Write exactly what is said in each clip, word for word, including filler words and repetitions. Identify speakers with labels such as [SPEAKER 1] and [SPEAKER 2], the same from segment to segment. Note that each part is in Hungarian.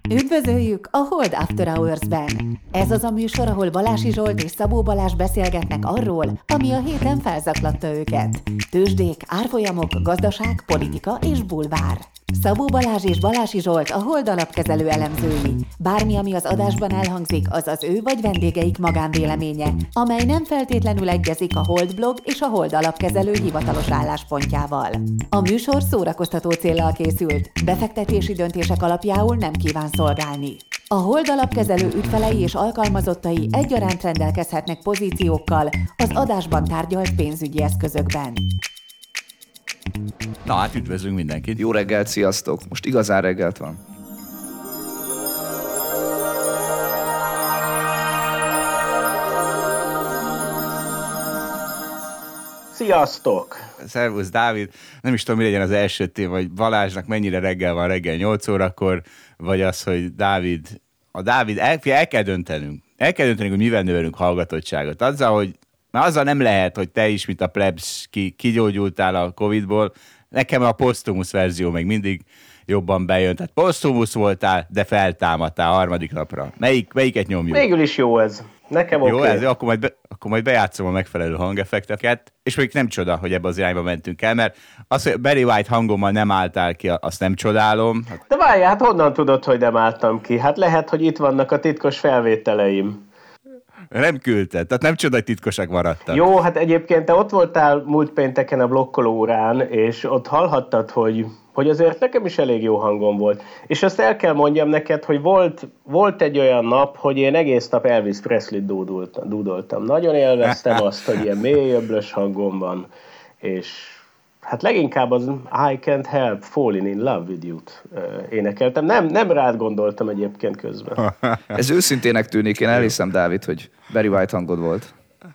[SPEAKER 1] Üdvözöljük a Hold After Hours-ben! Ez az a műsor, ahol Balási Zsolt és Szabó Balázs beszélgetnek arról, ami a héten felzaklatta őket. Tőzsdék, árfolyamok, gazdaság, politika és bulvár. Szabó Balázs és Balási Zsolt a Hold alapkezelő elemzői. Bármi, ami az adásban elhangzik, az az ő vagy vendégeik magánvéleménye, amely nem feltétlenül egyezik a Hold blog és a Hold alapkezelő hivatalos álláspontjával. A műsor szórakoztató céllal készült, befektetési döntések alapjául nem kíván szolgálni. A Hold alapkezelő ügyfelei és alkalmazottai egyaránt rendelkezhetnek pozíciókkal az adásban tárgyalt pénzügyi eszközökben.
[SPEAKER 2] Na hát üdvözlünk mindenkit.
[SPEAKER 3] Jó reggelt, sziasztok! Most igazán reggelt van.
[SPEAKER 4] Sziasztok!
[SPEAKER 2] Szervusz, Dávid. Nem is tudom, mi legyen az első téma, hogy Balázsnak mennyire reggel van reggel nyolc órakor, vagy az, hogy Dávid, a Dávid, el, el kell döntenünk. El kell döntenünk, hogy mivel növelünk hallgatottságot. Azzal, hogy mert azzal nem lehet, hogy te is, mint a plebs, ki, kigyógyultál a Covidból. Nekem a posztumusz verzió még mindig jobban bejön. Tehát posztumusz voltál, de feltámadtál a harmadik napra. Melyik, melyiket nyomjuk?
[SPEAKER 4] Végül is jó ez. Nekem oké.
[SPEAKER 2] Jó
[SPEAKER 4] Okay.
[SPEAKER 2] ez, akkor majd, be, akkor majd bejátszom a megfelelő hangeffekteket, és még nem csoda, hogy ebbe az irányba mentünk el, mert az, hogy Barry White hangommal nem álltál ki, azt nem csodálom.
[SPEAKER 4] De várjál, hát honnan tudod, hogy nem álltam ki? Hát lehet, hogy itt vannak a titkos felvételeim.
[SPEAKER 2] Nem küldted, tehát nem csoda, hogy titkosak maradtak.
[SPEAKER 4] Jó, hát egyébként te ott voltál múlt pénteken a blokkoló órán, és ott hallhattad, hogy, hogy azért nekem is elég jó hangom volt. És azt el kell mondjam neked, hogy volt, volt egy olyan nap, hogy én egész nap Elvis Presley-t dúdoltam. dúdoltam. Nagyon élveztem azt, hogy ilyen mély öblös hangom van, és hát leginkább az I Can't Help Falling in Love with You-t énekeltem. Nem, nem rád gondoltam egyébként közben.
[SPEAKER 3] Ez őszintének tűnik, én elhiszem, Dávid, hogy Barry White hangod volt.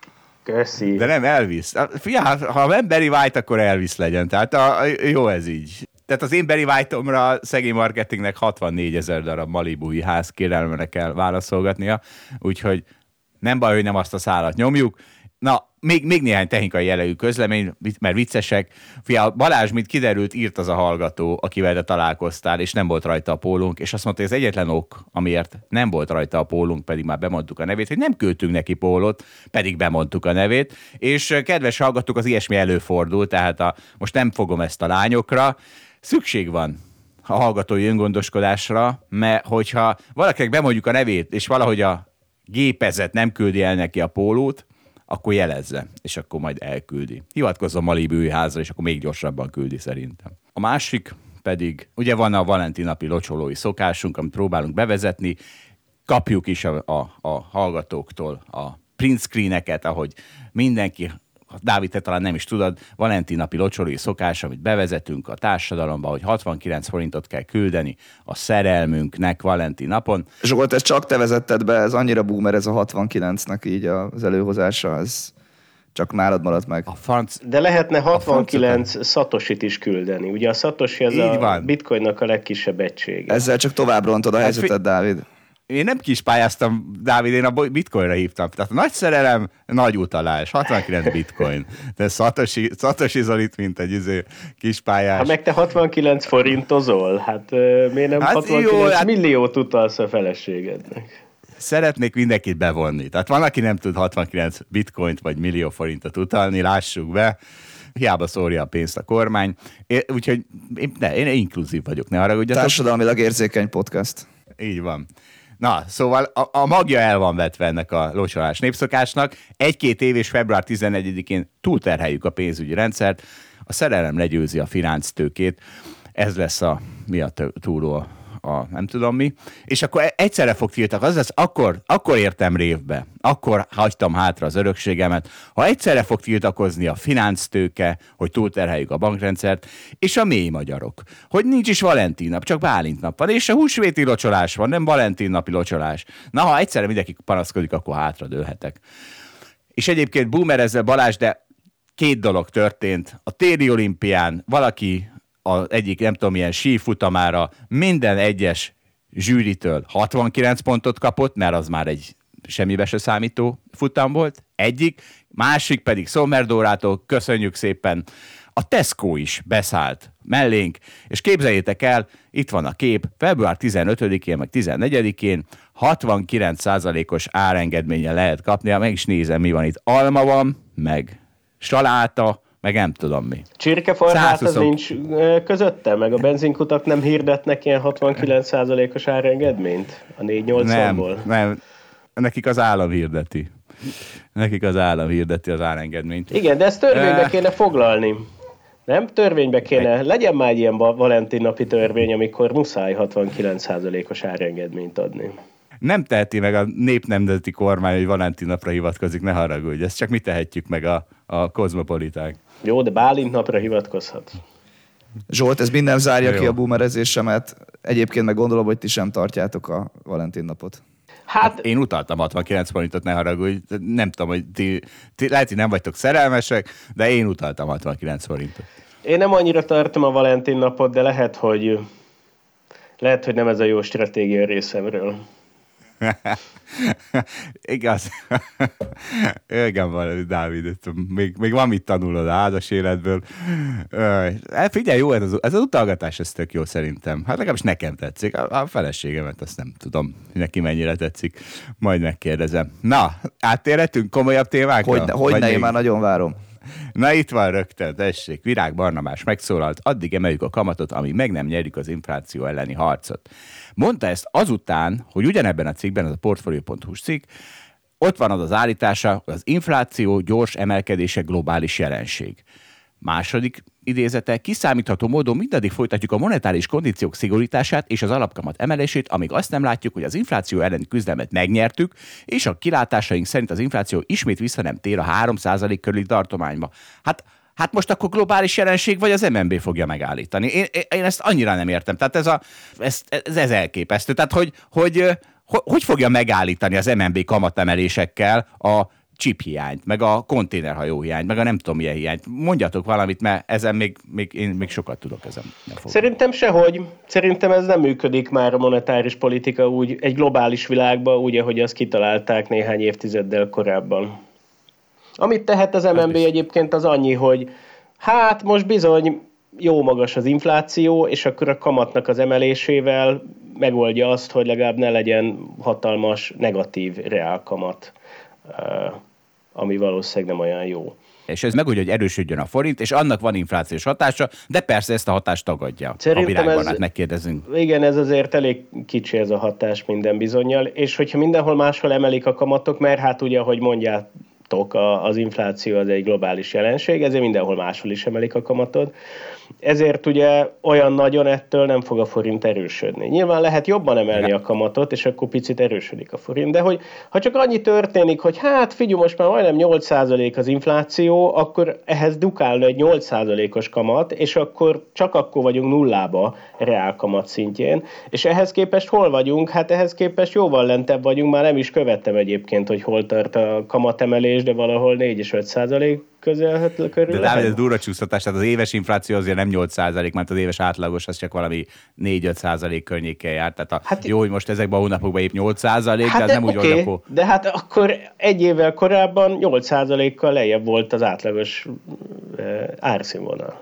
[SPEAKER 4] Köszi.
[SPEAKER 2] De nem Elvis. Figyelj, ha nem Barry White, akkor Elvis legyen. Tehát a, jó ez így. Tehát az én Barry White-omra szegény marketingnek hatvannégyezer darab malibui ház kérelmére kell válaszolgatnia, úgyhogy nem baj, hogy nem azt a szálat nyomjuk. Na, még, még néhány technikai jellegű közlemény, mert viccesek. Fia, Balázs, mint kiderült, írt az a hallgató, akivel te találkoztál, és nem volt rajta a pólunk, és azt mondta, hogy az egyetlen ok, amiért nem volt rajta a pólunk, pedig már bemondtuk a nevét, hogy nem küldtünk neki pólót, pedig bemondtuk a nevét, és kedves hallgatók, az ilyesmi előfordul, tehát a, most nem fogom ezt a lányokra, szükség van a hallgatói öngondoskodásra, mert hogyha valakinek bemondjuk a nevét, és valahogy a gépezet nem küldi el neki a pólót, akkor jelezze, és akkor majd elküldi. Hivatkozzon Malibui házra, és akkor még gyorsabban küldi szerintem. A másik pedig, ugye van a Valentin napi locsolói szokásunk, amit próbálunk bevezetni, kapjuk is a, a, a hallgatóktól a print screeneket, ahogy mindenki, Dávid, te talán nem is tudod, Valentin napi locsolói szokás, amit bevezetünk a társadalomba, hogy hatvankillenc forintot kell küldeni a szerelmünknek Valentin napon.
[SPEAKER 3] Zsolt, ezt csak te vezetted be, ez annyira boomer ez a hatvankilencnek így az előhozása, ez csak nálad maradt meg.
[SPEAKER 2] A franc...
[SPEAKER 4] De lehetne hatvankilenc szatosit is küldeni. Ugye a szatosi az a van. Bitcoinnak a legkisebb egysége.
[SPEAKER 3] Ezzel csak tovább rontod a helyzetet, fi... Dávid.
[SPEAKER 2] Én nem kispályáztam, Dávid, én a bitcoinra hívtam. Tehát nagy szerelem, nagy utalás, hatvankilenc bitcoin. De Satoshi, Satoshi Zolit, mint egy izé, kispályás.
[SPEAKER 4] Ha meg te hatvankilenc forintozol, hát uh, miért nem hát hatvankilenc jó, milliót utalsz a feleségednek?
[SPEAKER 2] Szeretnék mindenkit bevonni. Tehát van, aki nem tud hatvankilenc bitcoint vagy millió forintot utalni, lássuk be. Hiába szórja a pénzt a kormány. É, úgyhogy én, ne, én inkluzív vagyok, ne haragudjatok.
[SPEAKER 3] Társadalmilag érzékeny podcast.
[SPEAKER 2] Így van. Na, szóval a, a magja el van vetve ennek a locsolás népszokásnak. Egy-két év és február tizennegyedikén túlterheljük a pénzügyi rendszert, a szerelem legyőzi a finansztőkét, ez lesz a, mi a túló, a nem tudom mi, és akkor egyszerre fog tiltakozni, az lesz, akkor, akkor értem révbe, akkor hagytam hátra az örökségemet, ha egyszerre fog tiltakozni a finansztőke, hogy túlterheljük a bankrendszert, és a mély magyarok, hogy nincs is Valentin nap, csak Bálint nap van, és a húsvéti locsolás van, nem Valentin napi locsolás. Na, ha egyszerre mindenki panaszkodik, akkor hátra dőlhetek. És egyébként boomer ezzel Balázs, de két dolog történt. A téli olimpián valaki az egyik, nem tudom, milyen sífutamára minden egyes zsűritől hatvankilenc pontot kapott, mert az már egy semmibe se számító futam volt. Egyik, másik pedig Sommerdórától, köszönjük szépen, A Tesco is beszállt mellénk, és képzeljétek el, itt van a kép, február tizenötödikén, meg tizennegyedikén hatvankilenc százalékos árengedménye lehet kapni, meg is nézem, mi van itt. Alma van, meg saláta, meg nem tudom mi.
[SPEAKER 4] Csirkefarhát az nincs közötte? Meg a benzinkutak nem hirdetnek ilyen hatvankilenc százalékos árengedményt a négy nyolcvanból?
[SPEAKER 2] Nem, nem. Nekik az állam hirdeti. Nekik az állam hirdeti az árengedményt.
[SPEAKER 4] Igen, de ezt törvénybe kéne foglalni. Nem? Törvénybe kéne. Legyen már egy ilyen Valentin napi törvény, amikor muszáj hatvankilenc százalékos árengedményt adni.
[SPEAKER 2] Nem teheti meg a népnemzeti kormány, hogy Valentin napra hivatkozik, ne haragudj. Ezt csak mi tehetjük meg a, a kozmopoliták.
[SPEAKER 4] Jó, de Bálint napra hivatkozhat.
[SPEAKER 3] Zsolt, ez minden zárja
[SPEAKER 2] Jó.
[SPEAKER 3] ki a boomerezésemet. Egyébként meg gondolom, hogy ti sem tartjátok a Valentin napot.
[SPEAKER 4] Hát,
[SPEAKER 2] Én utaltam hatvankilenc forintot, ne haragudj. Nem tudom, hogy ti, ti lehet, hogy nem vagytok szerelmesek, de én utaltam hatvankilenc forintot.
[SPEAKER 4] én nem annyira tartom a Valentin napot, de lehet, hogy lehet, hogy nem ez a jó stratégia részemről.
[SPEAKER 2] Igaz. Igen, valami, Dávid, még, még van mit tanulod a házas életből. Hát figyelj, jó, ez az, ez az utalgatás, ez tök jó szerintem. Hát legalábbis nekem tetszik. A, a feleségemet azt nem tudom, hogy neki mennyire tetszik. Majd megkérdezem. Na, áttérhetünk komolyabb témákra?
[SPEAKER 3] Hogyne, hogy ne, én már nagyon várom.
[SPEAKER 2] Na itt van rögtön, tessék, Virág Barnabás megszólalt, addig emeljük a kamatot, amíg meg nem nyerjük az infláció elleni harcot. Mondta ezt azután, hogy ugyanebben a cikkben, ez a portfolio pont hu-s cikk, ott van az az állítása, hogy az infláció gyors emelkedése globális jelenség. Második idézete, kiszámítható módon mindaddig folytatjuk a monetáris kondíciók szigorítását és az alapkamat emelését, amíg azt nem látjuk, hogy az infláció elleni küzdelmet megnyertük, és a kilátásaink szerint az infláció ismét vissza nem tér a három százalék körüli tartományba. Hát, hát most akkor globális jelenség, vagy az em en bé fogja megállítani? Én, én ezt annyira nem értem. Tehát ez, a, ez, ez, ez elképesztő. Tehát, hogy, hogy, hogy, hogy fogja megállítani az em en bé kamatemelésekkel a chip hiányt, meg a konténerhajó hiányt, meg a nem tudom milyen hiányt. Mondjatok valamit, mert ezen még, még, én még sokat tudok ezen.
[SPEAKER 4] Szerintem sehogy. Szerintem ez nem működik már a monetáris politika úgy egy globális világban, úgy, ahogy azt kitalálták néhány évtizeddel korábban. Amit tehet az em en bé egyébként az annyi, hogy hát most bizony jó magas az infláció, és akkor a kamatnak az emelésével megoldja azt, hogy legalább ne legyen hatalmas negatív reálkamat, ami valószínűleg nem olyan jó.
[SPEAKER 2] És ez meg úgy, hogy erősödjön a forint, és annak van inflációs hatása, de persze ezt a hatást tagadja.
[SPEAKER 4] Szerintem
[SPEAKER 2] a Virágban,
[SPEAKER 4] ez,
[SPEAKER 2] hát megkérdezünk.
[SPEAKER 4] Igen, ez azért elég kicsi ez a hatás minden bizonnyal, és hogyha mindenhol máshol emelik a kamatok, mert hát ugye, ahogy mondjátok, az infláció az egy globális jelenség, ezért mindenhol máshol is emelik a kamatot. Ezért ugye olyan nagyon ettől nem fog a forint erősödni. Nyilván lehet jobban emelni a kamatot, és akkor picit erősödik a forint, de hogy ha csak annyi történik, hogy hát figyelj, most már majdnem nyolc százalék az infláció, akkor ehhez dukálna egy nyolc százalékos kamat, és akkor csak akkor vagyunk nullába reál kamat szintjén. És ehhez képest hol vagyunk? Hát ehhez képest jóval lentebb vagyunk, már nem is követtem egyébként, hogy hol tart a kamatemelés, de valahol négy és öt százalék közel körül.
[SPEAKER 2] De Dávid, ez durva csúsztatás, tehát az éves infláció azért nem nyolc százalék, mert az éves átlagos az csak valami négy-öt százalék környékkel jár. Tehát a, hát, jó, hogy most ezekben a hónapokban épp nyolc százalék,
[SPEAKER 4] hát
[SPEAKER 2] de ez nem
[SPEAKER 4] okay,
[SPEAKER 2] úgy, hogy akkor...
[SPEAKER 4] De hát akkor egy évvel korábban nyolc százalékkal lejjebb volt az átlagos uh, árszínvonal.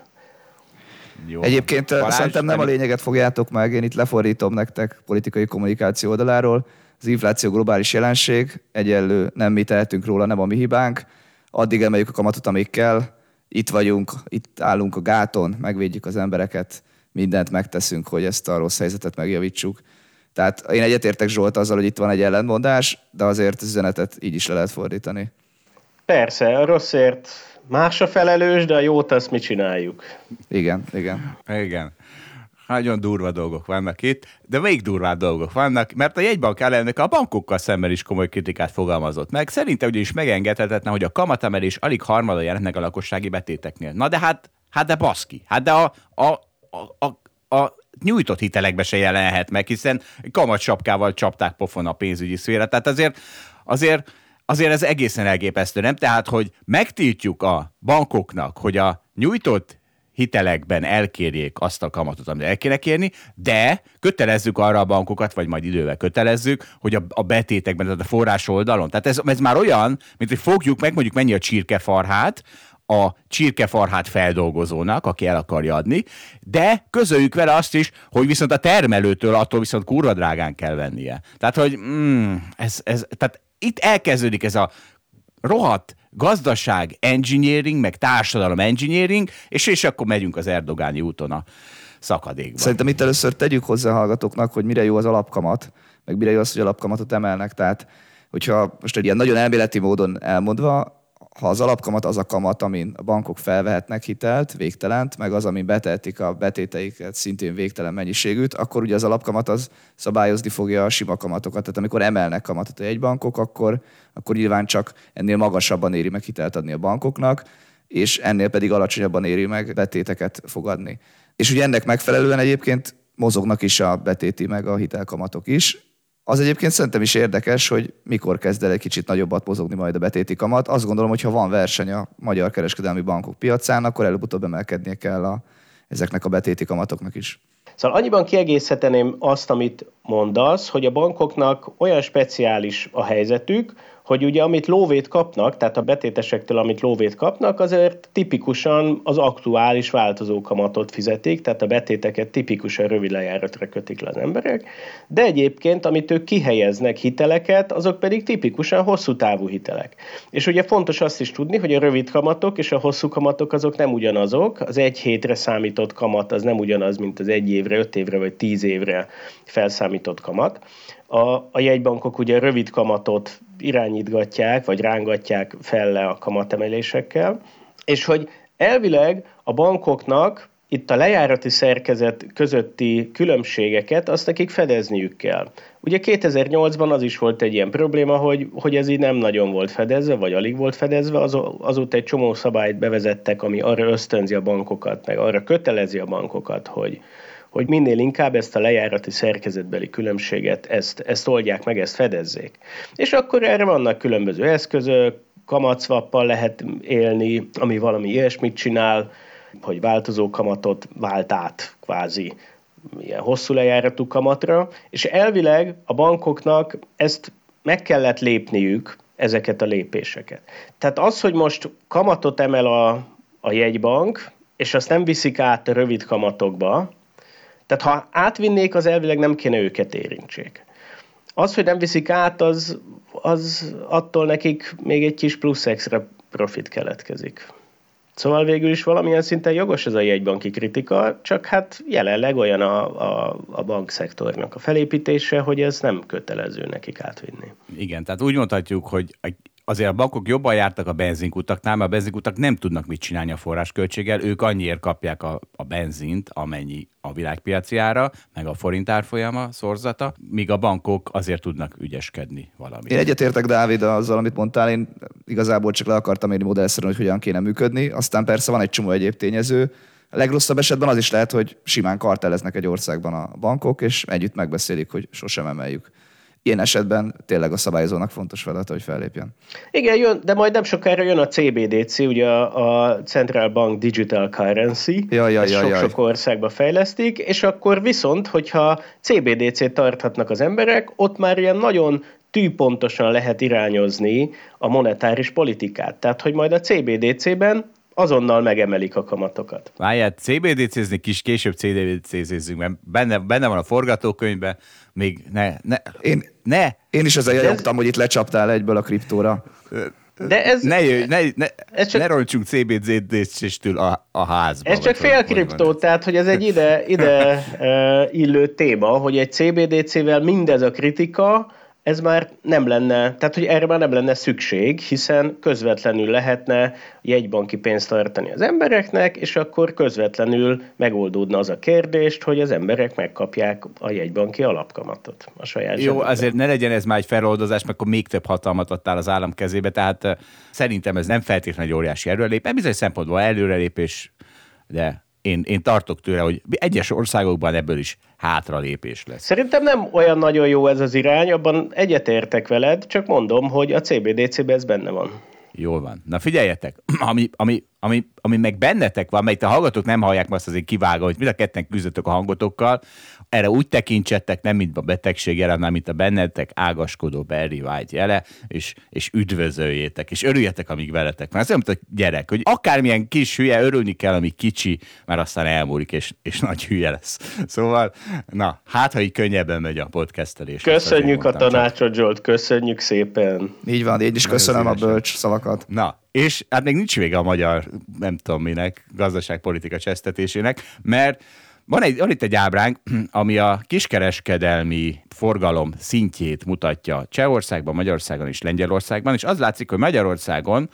[SPEAKER 3] Jó. Egyébként Balázs, szerintem nem a lényeget fogjátok meg, én itt lefordítom nektek politikai kommunikáció oldaláról. Az infláció globális jelenség, egyenlő nem mi tehetünk róla, nem a mi hibánk. Addig emeljük a kamatot, amíg kell. Itt vagyunk, itt állunk a gáton, megvédjük az embereket, mindent megteszünk, hogy ezt a rossz helyzetet megjavítsuk. Tehát én egyetértek Zsolt azzal, hogy itt van egy ellentmondás, de azért az üzenetet így is le lehet fordítani.
[SPEAKER 4] Persze, a rosszért más a felelős, de a jót azt mi csináljuk.
[SPEAKER 3] Igen, igen.
[SPEAKER 2] Igen. Nagyon durva dolgok vannak itt, de még durvább dolgok vannak, mert a jegybank elnöke a bankokkal szemben is komoly kritikát fogalmazott meg. Szerintem ugyanis megengedhetetlen, hogy a kamatemelés alig harmada jelent meg a lakossági betéteknél. Na de hát, hát de baszki, hát de a, a, a, a, a nyújtott hitelekbe se jelenhet meg, hiszen kamatsapkával csapták pofon a pénzügyi szféra. Tehát azért, azért, azért ez egészen elképesztő, nem? Tehát, hogy megtiltjuk a bankoknak, hogy a nyújtott hitelekben elkérjék azt a kamatot, amit el kéne kérni, de kötelezzük arra a bankokat, vagy majd idővel kötelezzük, hogy a, a betétekben, tehát a forrás oldalon. Tehát ez, ez már olyan, mint hogy fogjuk meg, mondjuk mennyi a csirkefarhát, a csirkefarhát feldolgozónak, aki el akarja adni, de közöljük vele azt is, hogy viszont a termelőtől attól viszont kurva drágán kell vennie. Tehát, hogy mm, ez, ez, tehát itt elkezdődik ez a rohadt gazdaság engineering, meg társadalom engineering, és, és akkor megyünk az erdogáni úton a szakadékba.
[SPEAKER 3] Szerintem itt először tegyük hozzá a hallgatóknak, hogy mire jó az alapkamat, meg mire jó az, hogy alapkamatot emelnek. Tehát, hogyha most egy ilyen nagyon elméleti módon elmondva, ha az alapkamat az a kamat, amin a bankok felvehetnek hitelt, végtelent, meg az, amin betehetik a betéteiket szintén végtelen mennyiségűt, akkor ugye az alapkamat az szabályozni fogja a sima kamatokat. Tehát amikor emelnek kamatot a jegybankok, akkor, akkor nyilván csak ennél magasabban éri meg hitelt adni a bankoknak, és ennél pedig alacsonyabban éri meg betéteket fogadni. És ugye ennek megfelelően egyébként mozognak is a betéti meg a hitelkamatok is. Az egyébként szerintem is érdekes, hogy mikor kezd el egy kicsit nagyobbat mozogni majd a betéti kamat. Azt gondolom, hogy ha van verseny a magyar kereskedelmi bankok piacán, akkor előbb-utóbb emelkednie kell a, ezeknek a betéti kamatoknak is.
[SPEAKER 4] Szóval annyiban kiegészíteném azt, amit mondasz, hogy a bankoknak olyan speciális a helyzetük, hogy ugye amit lóvét kapnak, tehát a betétesektől amit lóvét kapnak, azért tipikusan az aktuális változó kamatot fizetik, tehát a betéteket tipikusan rövid lejáratra kötik le az emberek, de egyébként, amit ők kihelyeznek hiteleket, azok pedig tipikusan hosszú távú hitelek. És ugye fontos azt is tudni, hogy a rövid kamatok és a hosszú kamatok azok nem ugyanazok, az egy hétre számított kamat az nem ugyanaz, mint az egy évre, öt évre vagy tíz évre felszámított kamat. A, a jegybankok ugye rövid kamatot irányítgatják, vagy rángatják felle a kamatemelésekkel, és hogy elvileg a bankoknak itt a lejárati szerkezet közötti különbségeket azt nekik fedezniük kell. Ugye kétezer-nyolcban az is volt egy ilyen probléma, hogy, hogy ez így nem nagyon volt fedezve, vagy alig volt fedezve, az, azóta egy csomó szabályt bevezettek, ami arra ösztönzi a bankokat, meg arra kötelezi a bankokat, hogy hogy minél inkább ezt a lejárati szerkezetbeli különbséget, ezt, ezt oldják meg, ezt fedezzék. És akkor erre vannak különböző eszközök, kamatszwappal lehet élni, ami valami ilyesmit csinál, hogy változó kamatot vált át kvázi ilyen hosszú lejáratú kamatra, és elvileg a bankoknak ezt meg kellett lépniük, ezeket a lépéseket. Tehát az, hogy most kamatot emel a, a jegybank, és azt nem viszik át a rövid kamatokba, tehát ha átvinnék, az elvileg nem kéne őket érintsék. Az, hogy nem viszik át, az, az attól nekik még egy kis plusz extra profit keletkezik. Szóval végül is valamilyen szinten jogos ez a jegybanki kritika, csak hát jelenleg olyan a, a, a bankszektornak a felépítése, hogy ez nem kötelező nekik átvinni.
[SPEAKER 2] Igen, tehát úgy mondhatjuk, hogy azért a bankok jobban jártak a benzinkutaknál, mert a benzinkutak nem tudnak mit csinálni a forrásköltséggel, ők annyiért kapják a, a benzint, amennyi a világpiaci ára, meg a forint árfolyama, szorzata, míg a bankok azért tudnak ügyeskedni valamit.
[SPEAKER 3] Én egyetértek, Dávid, azzal, amit mondtál, én igazából csak le akartam írni modellszerűen, hogy hogyan kéne működni, aztán persze van egy csomó egyéb tényező. A legrosszabb esetben az is lehet, hogy simán karteleznek egy országban a bankok, és együtt megbeszélik, hogy sosem emeljük. Ilyen esetben tényleg a szabályozónak fontos feladata, hogy fellépjen.
[SPEAKER 4] Igen, jön, de majd nem sokára jön a cé bé dé cé, ugye a, a Central Bank Digital Currency,
[SPEAKER 3] ja, ja, ja,
[SPEAKER 4] sok-sok országba fejlesztik, és akkor viszont, hogyha cé bé dé cét tarthatnak az emberek, ott már ilyen nagyon tűpontosan lehet irányozni a monetáris politikát. Tehát, hogy majd a cé bé dé cében azonnal megemelik a kamatokat.
[SPEAKER 2] Várját, cé bé dé cézni kis később cé bé dé cézzünk, mert benne, benne van a forgatókönyvben, még ne, ne,
[SPEAKER 3] én,
[SPEAKER 2] ne.
[SPEAKER 3] Én is ezzel jajogtam, hogy itt lecsaptál egyből a kriptóra.
[SPEAKER 4] De ez,
[SPEAKER 2] ne, jöjj, ne, ne,
[SPEAKER 4] ez csak,
[SPEAKER 2] ne roncsunk cé bé dé céstől a, a házba.
[SPEAKER 4] Ez csak fél kriptó, tehát hogy ez egy ide, ide uh, illő téma, hogy egy cé bé dé cével mindez a kritika, ez már nem lenne, tehát hogy erre már nem lenne szükség, hiszen közvetlenül lehetne jegybanki pénzt tartani az embereknek, és akkor közvetlenül megoldódna az a kérdést, hogy az emberek megkapják a jegybanki alapkamatot a saját
[SPEAKER 2] Jó,
[SPEAKER 4] zsebben.
[SPEAKER 2] azért ne legyen ez már egy feloldozás, mert akkor még több hatalmat adtál az állam kezébe, tehát uh, szerintem ez nem feltétlenül egy óriási előrelépés, bizonyos szempontból előrelépés, de Én, én tartok tőle, hogy egyes országokban ebből is hátralépés lesz.
[SPEAKER 4] Szerintem nem olyan nagyon jó ez az irány, abban egyetértek veled, csak mondom, hogy a cé bé dé cében ez benne van.
[SPEAKER 2] Jól van. Na figyeljetek, ami, ami, ami, ami meg bennetek van, mert a hallgatók nem hallják, azt azért kivágom, hogy mind a ketten küzdötök a hangotokkal, erre úgy tekintsetek, nem mint a betegség jele, hanem mint a bennetek ágaskodó Barry White jele, és, és üdvözöljétek, és örüljetek, amíg veletek van. Ez olyan, mint a gyerek, hogy akármilyen kis hülye, örülni kell, ami kicsi, mert aztán elmúlik, és, és nagy hülye lesz. Szóval, na, hát, ha így könnyebben megy a podcastelés.
[SPEAKER 4] Köszönjük a tanácsot, Zsolt, köszönjük szépen.
[SPEAKER 3] Így van, én is köszönöm a bölcs szavakat.
[SPEAKER 2] Na, és hát még nincs vége a magyar, nem tudom minek, gazdaságpolitika csesztetésének, mert van, egy, van itt egy ábránk, ami a kiskereskedelmi forgalom szintjét mutatja Csehországban, Magyarországon és Lengyelországban, és az látszik, hogy Magyarországon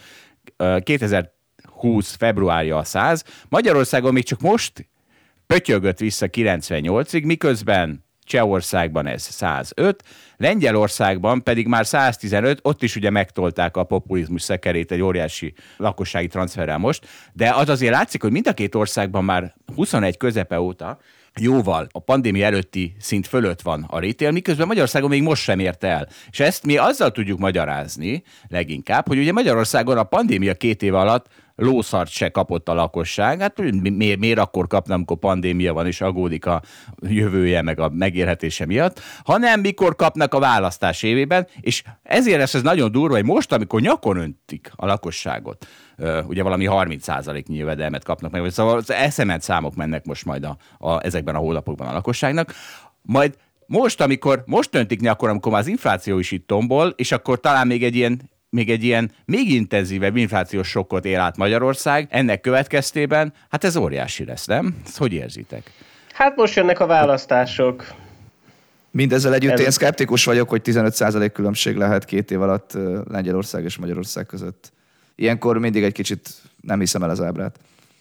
[SPEAKER 2] kétezer-húsz februárja a száz, Magyarországon még csak most pötyögött vissza kilencvennyolcig, miközben Csehországban ez száz öt, Lengyelországban pedig már száz tizenöt, ott is ugye megtolták a populizmus szekerét egy óriási lakossági transferrel most, de az azért látszik, hogy mind a két országban már huszonegy közepe óta jóval a pandémia előtti szint fölött van a retail, miközben Magyarországon még most sem ért el. És ezt mi azzal tudjuk magyarázni leginkább, hogy ugye Magyarországon a pandémia két év alatt lószart se kapott a lakosság. Hát miért, miért akkor kapna, amikor pandémia van, és aggódik a jövője, meg a megélhetése miatt, hanem mikor kapnak a választás évében, és ezért lesz ez nagyon durva, hogy most, amikor nyakon öntik a lakosságot, ugye valami harminc százaléknyi jövedelmet kapnak meg, szóval az eszement számok mennek most majd a, a, ezekben a hónapokban a lakosságnak, majd most, amikor most öntik nyakon, amikor már az infláció is itt tombol, és akkor talán még egy ilyen még egy ilyen még intenzívebb inflációs sokkot él át Magyarország, ennek következtében, hát ez óriási lesz, nem? Ezt hogy érzitek?
[SPEAKER 4] Hát most jönnek a választások.
[SPEAKER 3] Mindezzel együtt ez... én szkeptikus vagyok, hogy tizenöt százalék különbség lehet két év alatt Lengyelország és Magyarország között. Ilyenkor mindig egy kicsit nem hiszem el az ábrát.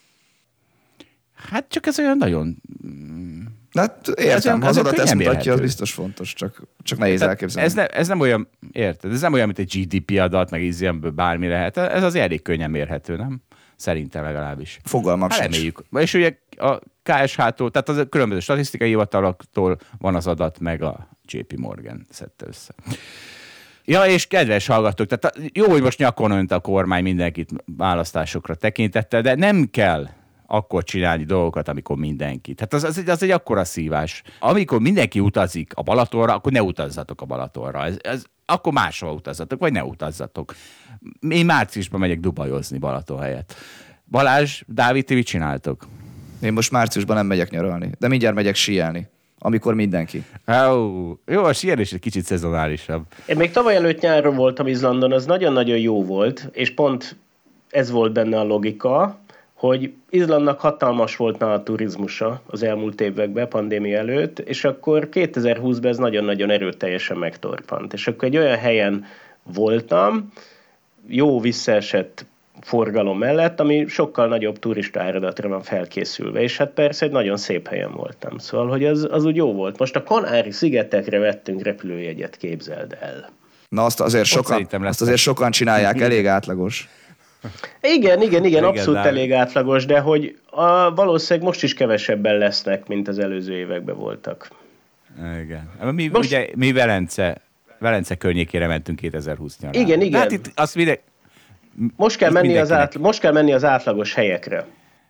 [SPEAKER 2] Hát csak ez olyan nagyon...
[SPEAKER 3] Hát értem, ha az adat ezt mutatja, az biztos fontos, csak, csak nehéz elképzelni.
[SPEAKER 2] Ez, ne, ez nem olyan, érted, ez nem olyan, mint egy gé dé pé adat, meg így ilyenből bármi lehet. Ez az elég könnyen mérhető, nem? Szerintem legalábbis.
[SPEAKER 3] Fogalmam
[SPEAKER 2] hát
[SPEAKER 3] sincs.
[SPEAKER 2] Reméljük. És ugye a ká es há-tól, tehát az különböző statisztikai hivataloktól van az adat, meg a jé pé Morgan szedte össze. Ja, és kedves hallgatók, tehát jó, hogy most nyakon önt a kormány mindenkit választásokra tekintettel, de nem kell akkor csinálni dolgokat, amikor mindenki. Tehát az, az, egy, az egy akkora szívás. Amikor mindenki utazik a Balatonra, akkor ne utazzatok a Balatonra. Ez, ez, akkor máshol utazzatok, vagy ne utazzatok. Én márciusban megyek dubajozni Balaton helyett. Balázs, Dávid, ti mit csináltok?
[SPEAKER 3] Én most márciusban nem megyek nyaralni, de mindjárt megyek síelni. Amikor mindenki.
[SPEAKER 2] Oh, jó, a síelés egy kicsit szezonálisabb.
[SPEAKER 4] Én még tavaly előtt nyáron voltam Izlandon, az nagyon-nagyon jó volt, és pont ez volt benne a logika, hogy Izlandnak hatalmas volt a turizmusa az elmúlt években, pandémia előtt, és akkor kétezer-húszban ez nagyon-nagyon erőteljesen megtorpant. És akkor egy olyan helyen voltam, jó visszaesett forgalom mellett, ami sokkal nagyobb turista áradatra van felkészülve, és hát persze egy nagyon szép helyen voltam. Szóval, hogy az, az úgy jó volt. Most a Kanári-szigetekre vettünk repülőjegyet, képzeld el.
[SPEAKER 3] Na azt azért, sokan, azt azért sokan csinálják, elég átlagos.
[SPEAKER 4] Igen, igen, igen, abszolút elég átlagos, de hogy a, valószínűleg most is kevesebben lesznek, mint az előző években voltak.
[SPEAKER 2] Igen. Mi, most... ugye, mi Velence, Velence környékére mentünk kétezer-húsz nyarán.
[SPEAKER 4] Igen, igen.
[SPEAKER 2] Hát itt azt minden...
[SPEAKER 4] most, kell menni az átl- most kell menni az átlagos helyekre.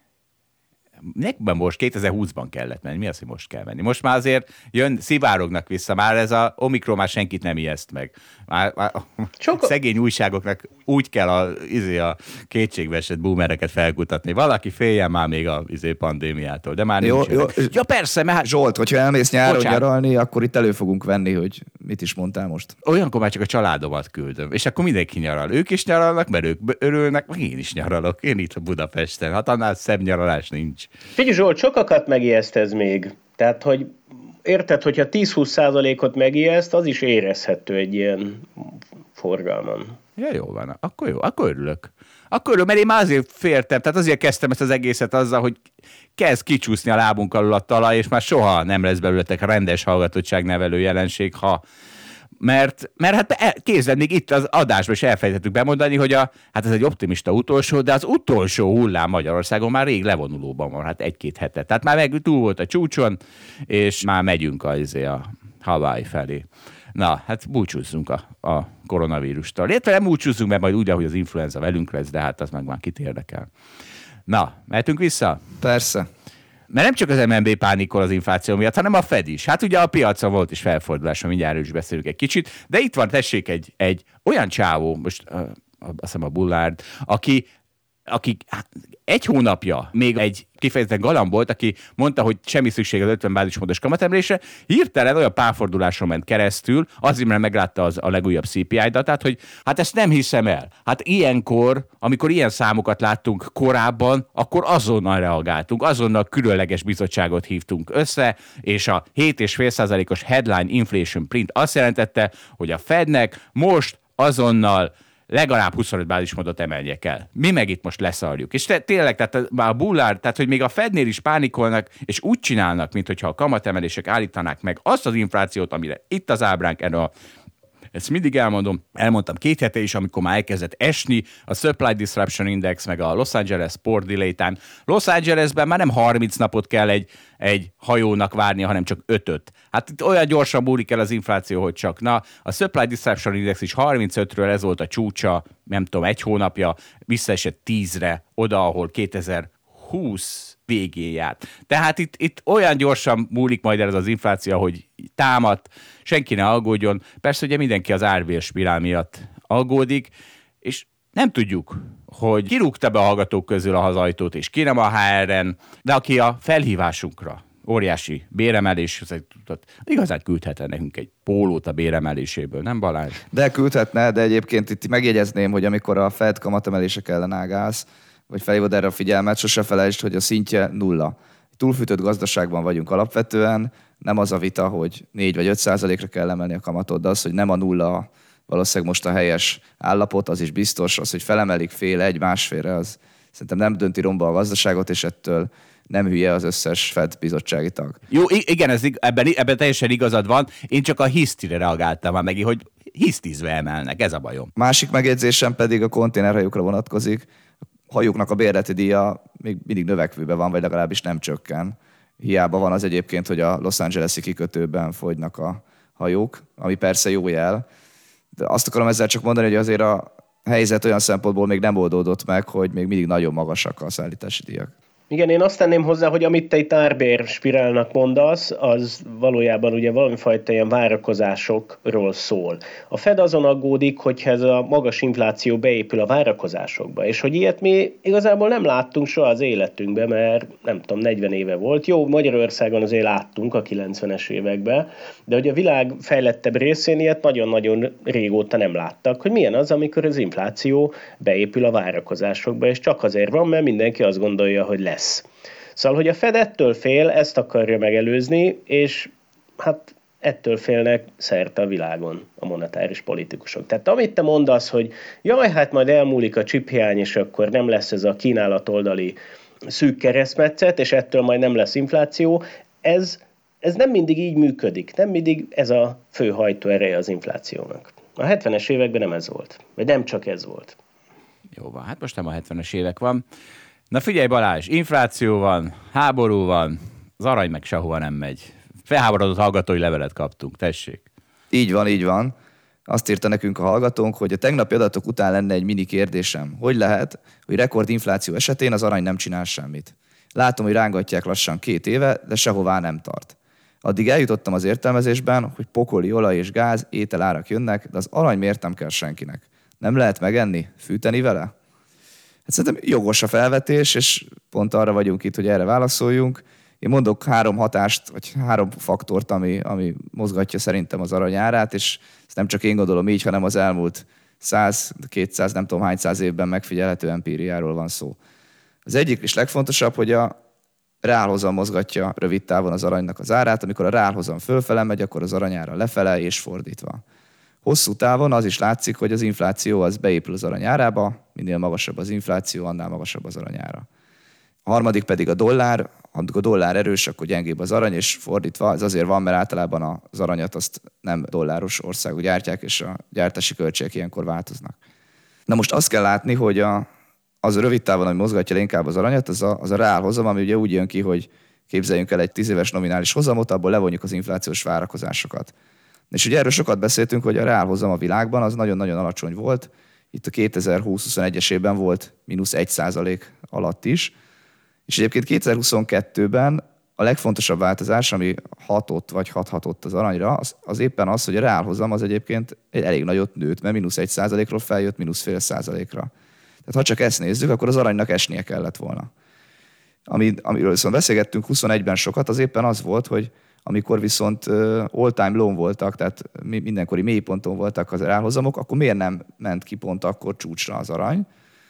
[SPEAKER 2] Nekben most kétezer-húszban kellett menni. Mi az, hogy most kell menni? Most már azért jön, szivárognak vissza. Már ez a Omikron már senkit nem ijeszt meg. Már, már Csoko... szegény újságoknak úgy kell a, izé, a kétségbeesett boomereket felkutatni. Valaki féljen már még a izé, pandémiától, de már
[SPEAKER 3] jó,
[SPEAKER 2] nincs.
[SPEAKER 3] Jó,
[SPEAKER 2] ja persze, mert...
[SPEAKER 3] Zsolt, hogyha elmész nyáron nyaralni, akkor itt elő fogunk venni, hogy mit is mondtál most.
[SPEAKER 2] Olyankor már csak a családomat küldöm, és akkor mindenki nyaral. Ők is nyaralnak, mert ők örülnek, meg én is nyaralok. Én itt Budapesten. Hát annál szebb nyaralás nincs.
[SPEAKER 4] Figyelj Zsolt, sokakat megijeszt ez még. Tehát, hogy érted, hogyha tíz-húsz százalékot megijeszt, az is érezhető egy ilyen forgalmon.
[SPEAKER 2] Ja, jó van. Akkor jó, akkor örülök. Akkor örülök, mert én már azért féltem, tehát azért kezdtem ezt az egészet azzal, hogy kezd kicsúszni a lábunk alul a talaj, és már soha nem lesz belőletek rendes hallgatottságnevelő jelenség, ha Mert, mert hát kézzel még itt az adásban is elfelejtettük bemondani, hogy a, hát ez egy optimista utolsó, de az utolsó hullám Magyarországon már rég levonulóban van, hát egy-két hetet. Tehát már meg túl volt a csúcson, és már megyünk a, a Hawaii felé. Na, hát búcsúzzunk a, a koronavírustól. Értve nem búcsúzzunk, mert majd úgy, ahogy az influenza velünk lesz, de hát az meg már kit érdekel. Na, mehetünk vissza?
[SPEAKER 3] Persze.
[SPEAKER 2] Mert nem csak az em en bé pánikol az infláció miatt, hanem a Fed is. Hát ugye a piacon volt is felfordulás, mindjárt erről is beszélünk egy kicsit, de itt van, tessék, egy, egy olyan csávó, most uh, azt hiszem a Bullard, aki, aki egy hónapja még egy kifejezetten galamb volt, aki mondta, hogy semmi szükség az ötven bázispontos kamatemelésre, hirtelen olyan párforduláson ment keresztül, azért, mert meglátta az a legújabb cé pé i datát, hogy hát ezt nem hiszem el. Hát ilyenkor, amikor ilyen számokat láttunk korábban, akkor azonnal reagáltunk, azonnal különleges bizottságot hívtunk össze, és a hét egész öt százalékos headline inflation print azt jelentette, hogy a Fednek most azonnal legalább huszonöt bázispontot emelnie kell. Mi meg itt most leszarjuk. És te, tényleg, tehát már a Bullard, tehát hogy még a Fednél is pánikolnak, és úgy csinálnak, mintha a kamatemelések állítanák meg azt az inflációt, amire itt az ábránk, erre a ezt mindig elmondom, elmondtam két hete is, amikor már elkezdett esni a Supply Disruption Index, meg a Los Angeles Port Delay Time. Los Angelesben már nem harminc napot kell egy, egy hajónak várnia, hanem csak ötöt. Hát itt olyan gyorsan múlik el az infláció, hogy csak. Na, a Supply Disruption Index is harmincötről ez volt a csúcsa, nem tudom, egy hónapja, visszaesett tízre, oda, ahol kétezer-húsz végén járt. Tehát itt, itt olyan gyorsan múlik majd el ez az infláció, hogy támad, senki ne aggódjon. Persze ugye mindenki az árbérspirál miatt aggódik, és nem tudjuk, hogy ki rúgta be a hallgatók közül a hazajtót, és ki nem a há er en, de aki a felhívásunkra óriási béremelés, igazán küldhetne nekünk egy pólót a béremeléséből, nem Balázs?
[SPEAKER 3] De küldhetne, de egyébként itt megjegyezném, hogy amikor a Fed kamatemelések ellen ágálsz, vagy felhívod erre a figyelmet, sose felejtsd, hogy a szintje nulla. Túlfűtött gazdaságban vagyunk alapvetően, nem az a vita, hogy négy vagy öt százalékra kell emelni a kamatot, de az, hogy nem a nulla valószínűleg most a helyes állapot, az is biztos, az, hogy felemelik fél, egy, másfélre, az szerintem nem dönti romba a gazdaságot, és ettől nem hülye az összes Fed bizottsági tag.
[SPEAKER 2] Jó, igen, ez, ebben, ebben teljesen igazad van. Én csak a hisztire reagáltam már meg, hogy hisztizve emelnek, ez a bajom.
[SPEAKER 3] Másik megjegyzésem pedig a konténerhajókra vonatkozik. A hajóknak a bérleti díja még mindig növekvőben van, vagy legalábbis nem csökken. Hiába van az egyébként, hogy a Los Angeles-i kikötőben fogynak a hajók, ami persze jó jel. De azt akarom ezzel csak mondani, hogy azért a helyzet olyan szempontból még nem oldódott meg, hogy még mindig nagyon magasak a szállítási díjak.
[SPEAKER 4] Igen, én azt tenném hozzá, hogy amit te itt árbér spirálnak mondasz, az valójában ugye valamifajta ilyen várakozásokról szól. A Fed azon aggódik, hogyha ez a magas infláció beépül a várakozásokba, és hogy ilyet mi igazából nem láttunk soha az életünkben, mert nem tudom, negyven éve volt. Jó, Magyarországon azért láttunk a kilencvenes években, de hogy a világ fejlettebb részén ilyet nagyon-nagyon régóta nem láttak, hogy milyen az, amikor az infláció beépül a várakozásokba, és csak azért van, mert mindenki azt gondolja, hogy lesz. Szóval, hogy a Fed ettől fél, ezt akarja megelőzni, és hát ettől félnek szerte a világon a monetáris politikusok. Tehát amit te mondasz, hogy jaj, hát majd elmúlik a csiphiány, és akkor nem lesz ez a kínálat oldali szűk keresztmetszet, és ettől majd nem lesz infláció, ez, ez nem mindig így működik. Nem mindig ez a fő hajtóereje az inflációnak. A hetvenes években nem ez volt. Vagy nem csak ez volt.
[SPEAKER 2] Jó van, hát most nem a hetvenes évek van. Na figyelj Balázs, infláció van, háború van, az arany meg sehova nem megy. Felháborodott hallgatói levelet kaptunk, tessék.
[SPEAKER 3] Így van, így van. Azt írta nekünk a hallgatónk, hogy a tegnapi adatok után lenne egy mini kérdésem. Hogy lehet, hogy rekordinfláció esetén az arany nem csinál semmit? Látom, hogy rángatják lassan két éve, de sehová nem tart. Addig eljutottam az értelmezésben, hogy pokoli olaj és gáz, ételárak jönnek, de az arany miért nem kell senkinek? Nem lehet megenni, fűteni vele? Hát szerintem jogos a felvetés, és pont arra vagyunk itt, hogy erre válaszoljunk. Én mondok három hatást, vagy három faktort, ami, ami mozgatja szerintem az arany árát, és ezt nem csak én gondolom így, hanem az elmúlt száz, kétszáz, nem tudom hány száz évben megfigyelhető empíriáról van szó. Az egyik és legfontosabb, hogy a reálhozam mozgatja rövid távon az aranynak az árát, amikor a reálhozam fölfele megy, akkor az aranyára lefele, és fordítva. Hosszú távon az is látszik, hogy az infláció az beépül az arany árába, minél magasabb az infláció, annál magasabb az aranyára. A harmadik pedig a dollár, amikor a dollár erős, akkor gyengébb az arany, és fordítva, ez azért van, mert általában az aranyat azt nem dolláros országok gyártják, és a gyártási költségek ilyenkor változnak. Na most azt kell látni, hogy a, az a rövid távon, ami mozgatja inkább az aranyat, az a, az a reálhozam, ami ugye úgy jön ki, hogy képzeljünk el egy tíz éves nominális hozamot, abból levonjuk az inflációs várakozásokat. És ugye erről sokat beszéltünk, hogy a reálhozam a világban az nagyon-nagyon alacsony volt. Itt a kétezer-húsz-huszonegyes évben volt mínusz egy százalék alatt is. És egyébként kétezer-huszonkettőben a legfontosabb változás, ami hatott vagy hathatott az aranyra, az, az éppen az, hogy a reálhozam az egyébként egy elég nagyot nőtt, mert mínusz egy százalékról feljött mínusz fél százalékra. Tehát ha csak ezt nézzük, akkor az aranynak esnie kellett volna. Ami, amiről viszont beszélgettünk huszonegyben sokat, az éppen az volt, hogy amikor viszont all-time low voltak, tehát mindenkori mélyponton voltak az reálhozamok, akkor miért nem ment ki pont akkor csúcsra az arany?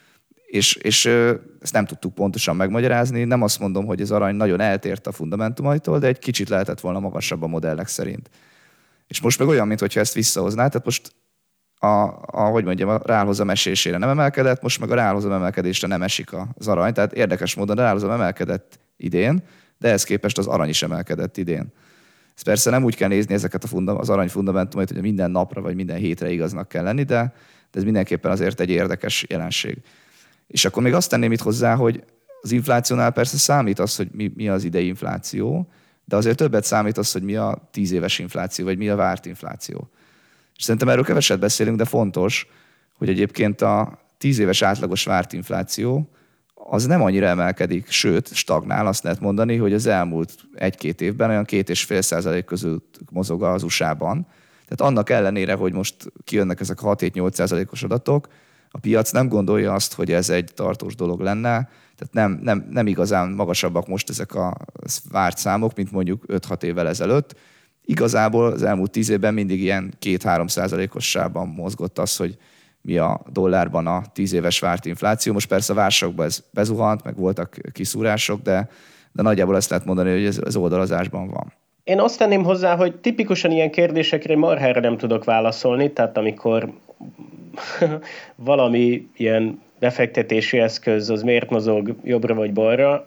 [SPEAKER 3] És, és ezt nem tudtuk pontosan megmagyarázni. Nem azt mondom, hogy az arany nagyon eltért a fundamentumaitól, de egy kicsit lehetett volna magasabb a modellek szerint. És most meg olyan, mintha ezt visszahozná, tehát most a, a, hogy mondjam, a reálhozam esésére nem emelkedett, most meg a reálhozam emelkedésre nem esik az arany. Tehát érdekes módon a reálhozam emelkedett idén, de ehhez képest az arany is emelkedett idén. Ez persze nem úgy kell nézni ezeket a funda, az arany fundamentumait, hogy minden napra vagy minden hétre igaznak kell lenni, de, de ez mindenképpen azért egy érdekes jelenség. És akkor még azt tenném itt hozzá, hogy az inflációnál persze számít az, hogy mi, mi az idei infláció, de azért többet számít az, hogy mi a tíz éves infláció, vagy mi a várt infláció. És szerintem erről keveset beszélünk, de fontos, hogy egyébként a tíz éves átlagos várt infláció az nem annyira emelkedik, sőt, stagnál, azt lehet mondani, hogy az elmúlt egy-két évben olyan két és fél százalék között mozog az u es á-ban. Tehát annak ellenére, hogy most kijönnek ezek a hat-hét-nyolc százalékos adatok, a piac nem gondolja azt, hogy ez egy tartós dolog lenne, tehát nem, nem, nem igazán magasabbak most ezek a várt számok, mint mondjuk öt-hat évvel ezelőtt. Igazából az elmúlt tíz évben mindig ilyen két-három százalékossában mozgott az, hogy mi a dollárban a tíz éves várt infláció. Most persze a válságban ez bezuhant, meg voltak kiszúrások, de, de nagyjából ezt lehet mondani, hogy ez, ez oldalazásban van.
[SPEAKER 4] Én azt tenném hozzá, hogy tipikusan ilyen kérdésekre marhára nem tudok válaszolni, tehát amikor valami ilyen befektetési eszköz az miért mozog jobbra vagy balra,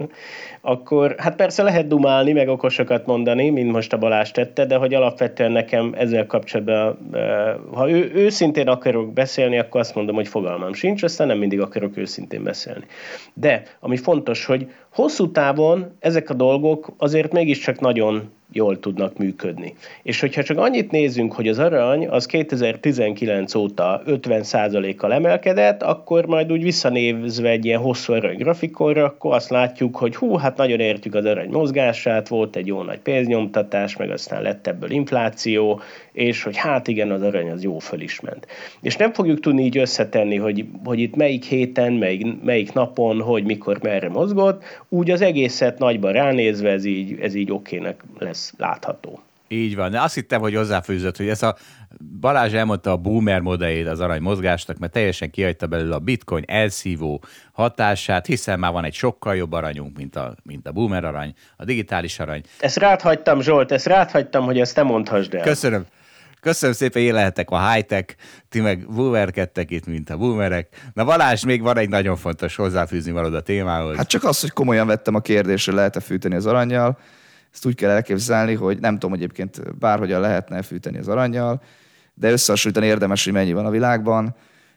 [SPEAKER 4] akkor hát persze lehet dumálni, meg okosokat mondani, mint most a Balázs tette, de hogy alapvetően nekem ezzel kapcsolatban, ha ő, őszintén akarok beszélni, akkor azt mondom, hogy fogalmam sincs, aztán nem mindig akarok őszintén beszélni. De ami fontos, hogy hosszú távon ezek a dolgok azért mégiscsak nagyon jól tudnak működni. És hogyha csak annyit nézzünk, hogy az arany az kétezer-tizenkilenc óta ötven százalékkal emelkedett, akkor majd úgy visszanézve egy ilyen hosszú arany grafikonra, akkor azt látjuk, hogy hú, hát nagyon értjük az arany mozgását, volt egy jó nagy pénznyomtatás, meg aztán lett ebből infláció, és hogy hát igen, az arany az jó föl is ment. És nem fogjuk tudni így összetenni, hogy, hogy itt melyik héten, melyik, melyik napon, hogy mikor, merre mozgott, úgy az egészet nagyban ránézve ez így, ez így okének lesz látható.
[SPEAKER 2] Így van. De azt hittem, hogy hozzáfűzött, hogy ez a Balázs elmondta a boomer modelljét az arany mozgásnak, mert teljesen kihagyta belőle a bitcoin elszívó hatását, hiszen már van egy sokkal jobb aranyunk, mint a, mint a boomer arany, a digitális arany.
[SPEAKER 4] Ezt ráthagytam, Zsolt, ezt ráthagytam, hogy ezt te mondhassd el.
[SPEAKER 2] Köszönöm. Köszönöm szépen, én lehetek a high-tech, ti meg boomerkedtek itt, mint a boomerek. Na Balázs, még van egy nagyon fontos hozzáfűzni valód a témához.
[SPEAKER 3] Hát csak az, hogy komolyan vettem a kérdésre, lehet-e fűteni az arannyal. Ezt úgy kell elképzelni, hogy nem tudom egyébként bárhogyan lehetne fűteni az arannyal, de összehasonlítani érdemes, hogy mennyi van a világban.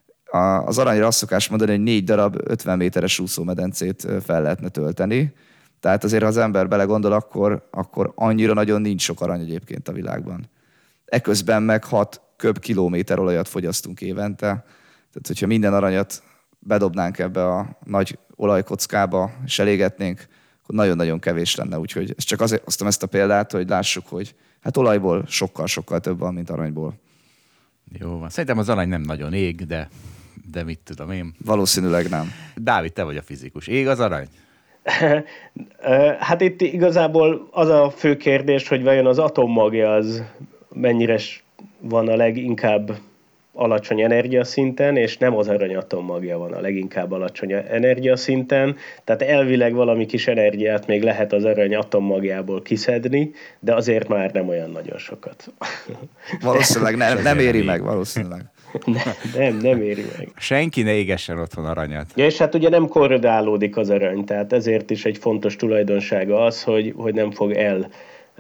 [SPEAKER 3] Az aranyra azt szokás mondani, hogy négy darab ötven méteres úszómedencét fel lehetne tölteni. Tehát azért, ha az ember belegondol, akkor, akkor annyira nagyon nincs sok arany egyébként a világban. Eközben meg hat köbkilométer olajat fogyasztunk évente. Tehát, hogyha minden aranyat bedobnánk ebbe a nagy olajkockába, és elégetnénk, akkor nagyon-nagyon kevés lenne. Úgyhogy ezt csak azért hoztam ezt a példát, hogy lássuk, hogy hát olajból sokkal-sokkal több van, mint aranyból.
[SPEAKER 2] Jó van. Szerintem az arany nem nagyon ég, de, de mit tudom én.
[SPEAKER 3] Valószínűleg nem.
[SPEAKER 2] Dávid, te vagy a fizikus. Ég az arany?
[SPEAKER 4] Hát itt igazából az a fő kérdés, hogy vajon az atommagja az mennyire van a leginkább alacsony energiaszinten, és nem az arany atommagja van a leginkább alacsony energiaszinten. Tehát elvileg valami kis energiát még lehet az arany atommagjából kiszedni, de azért már nem olyan nagyon sokat.
[SPEAKER 3] Valószínűleg nem, nem éri meg, valószínűleg.
[SPEAKER 4] Nem, nem éri meg.
[SPEAKER 2] Senki ne égessen otthon aranyat.
[SPEAKER 4] Ja, és hát ugye nem korrodálódik az arany, tehát ezért is egy fontos tulajdonsága az, hogy, hogy nem fog el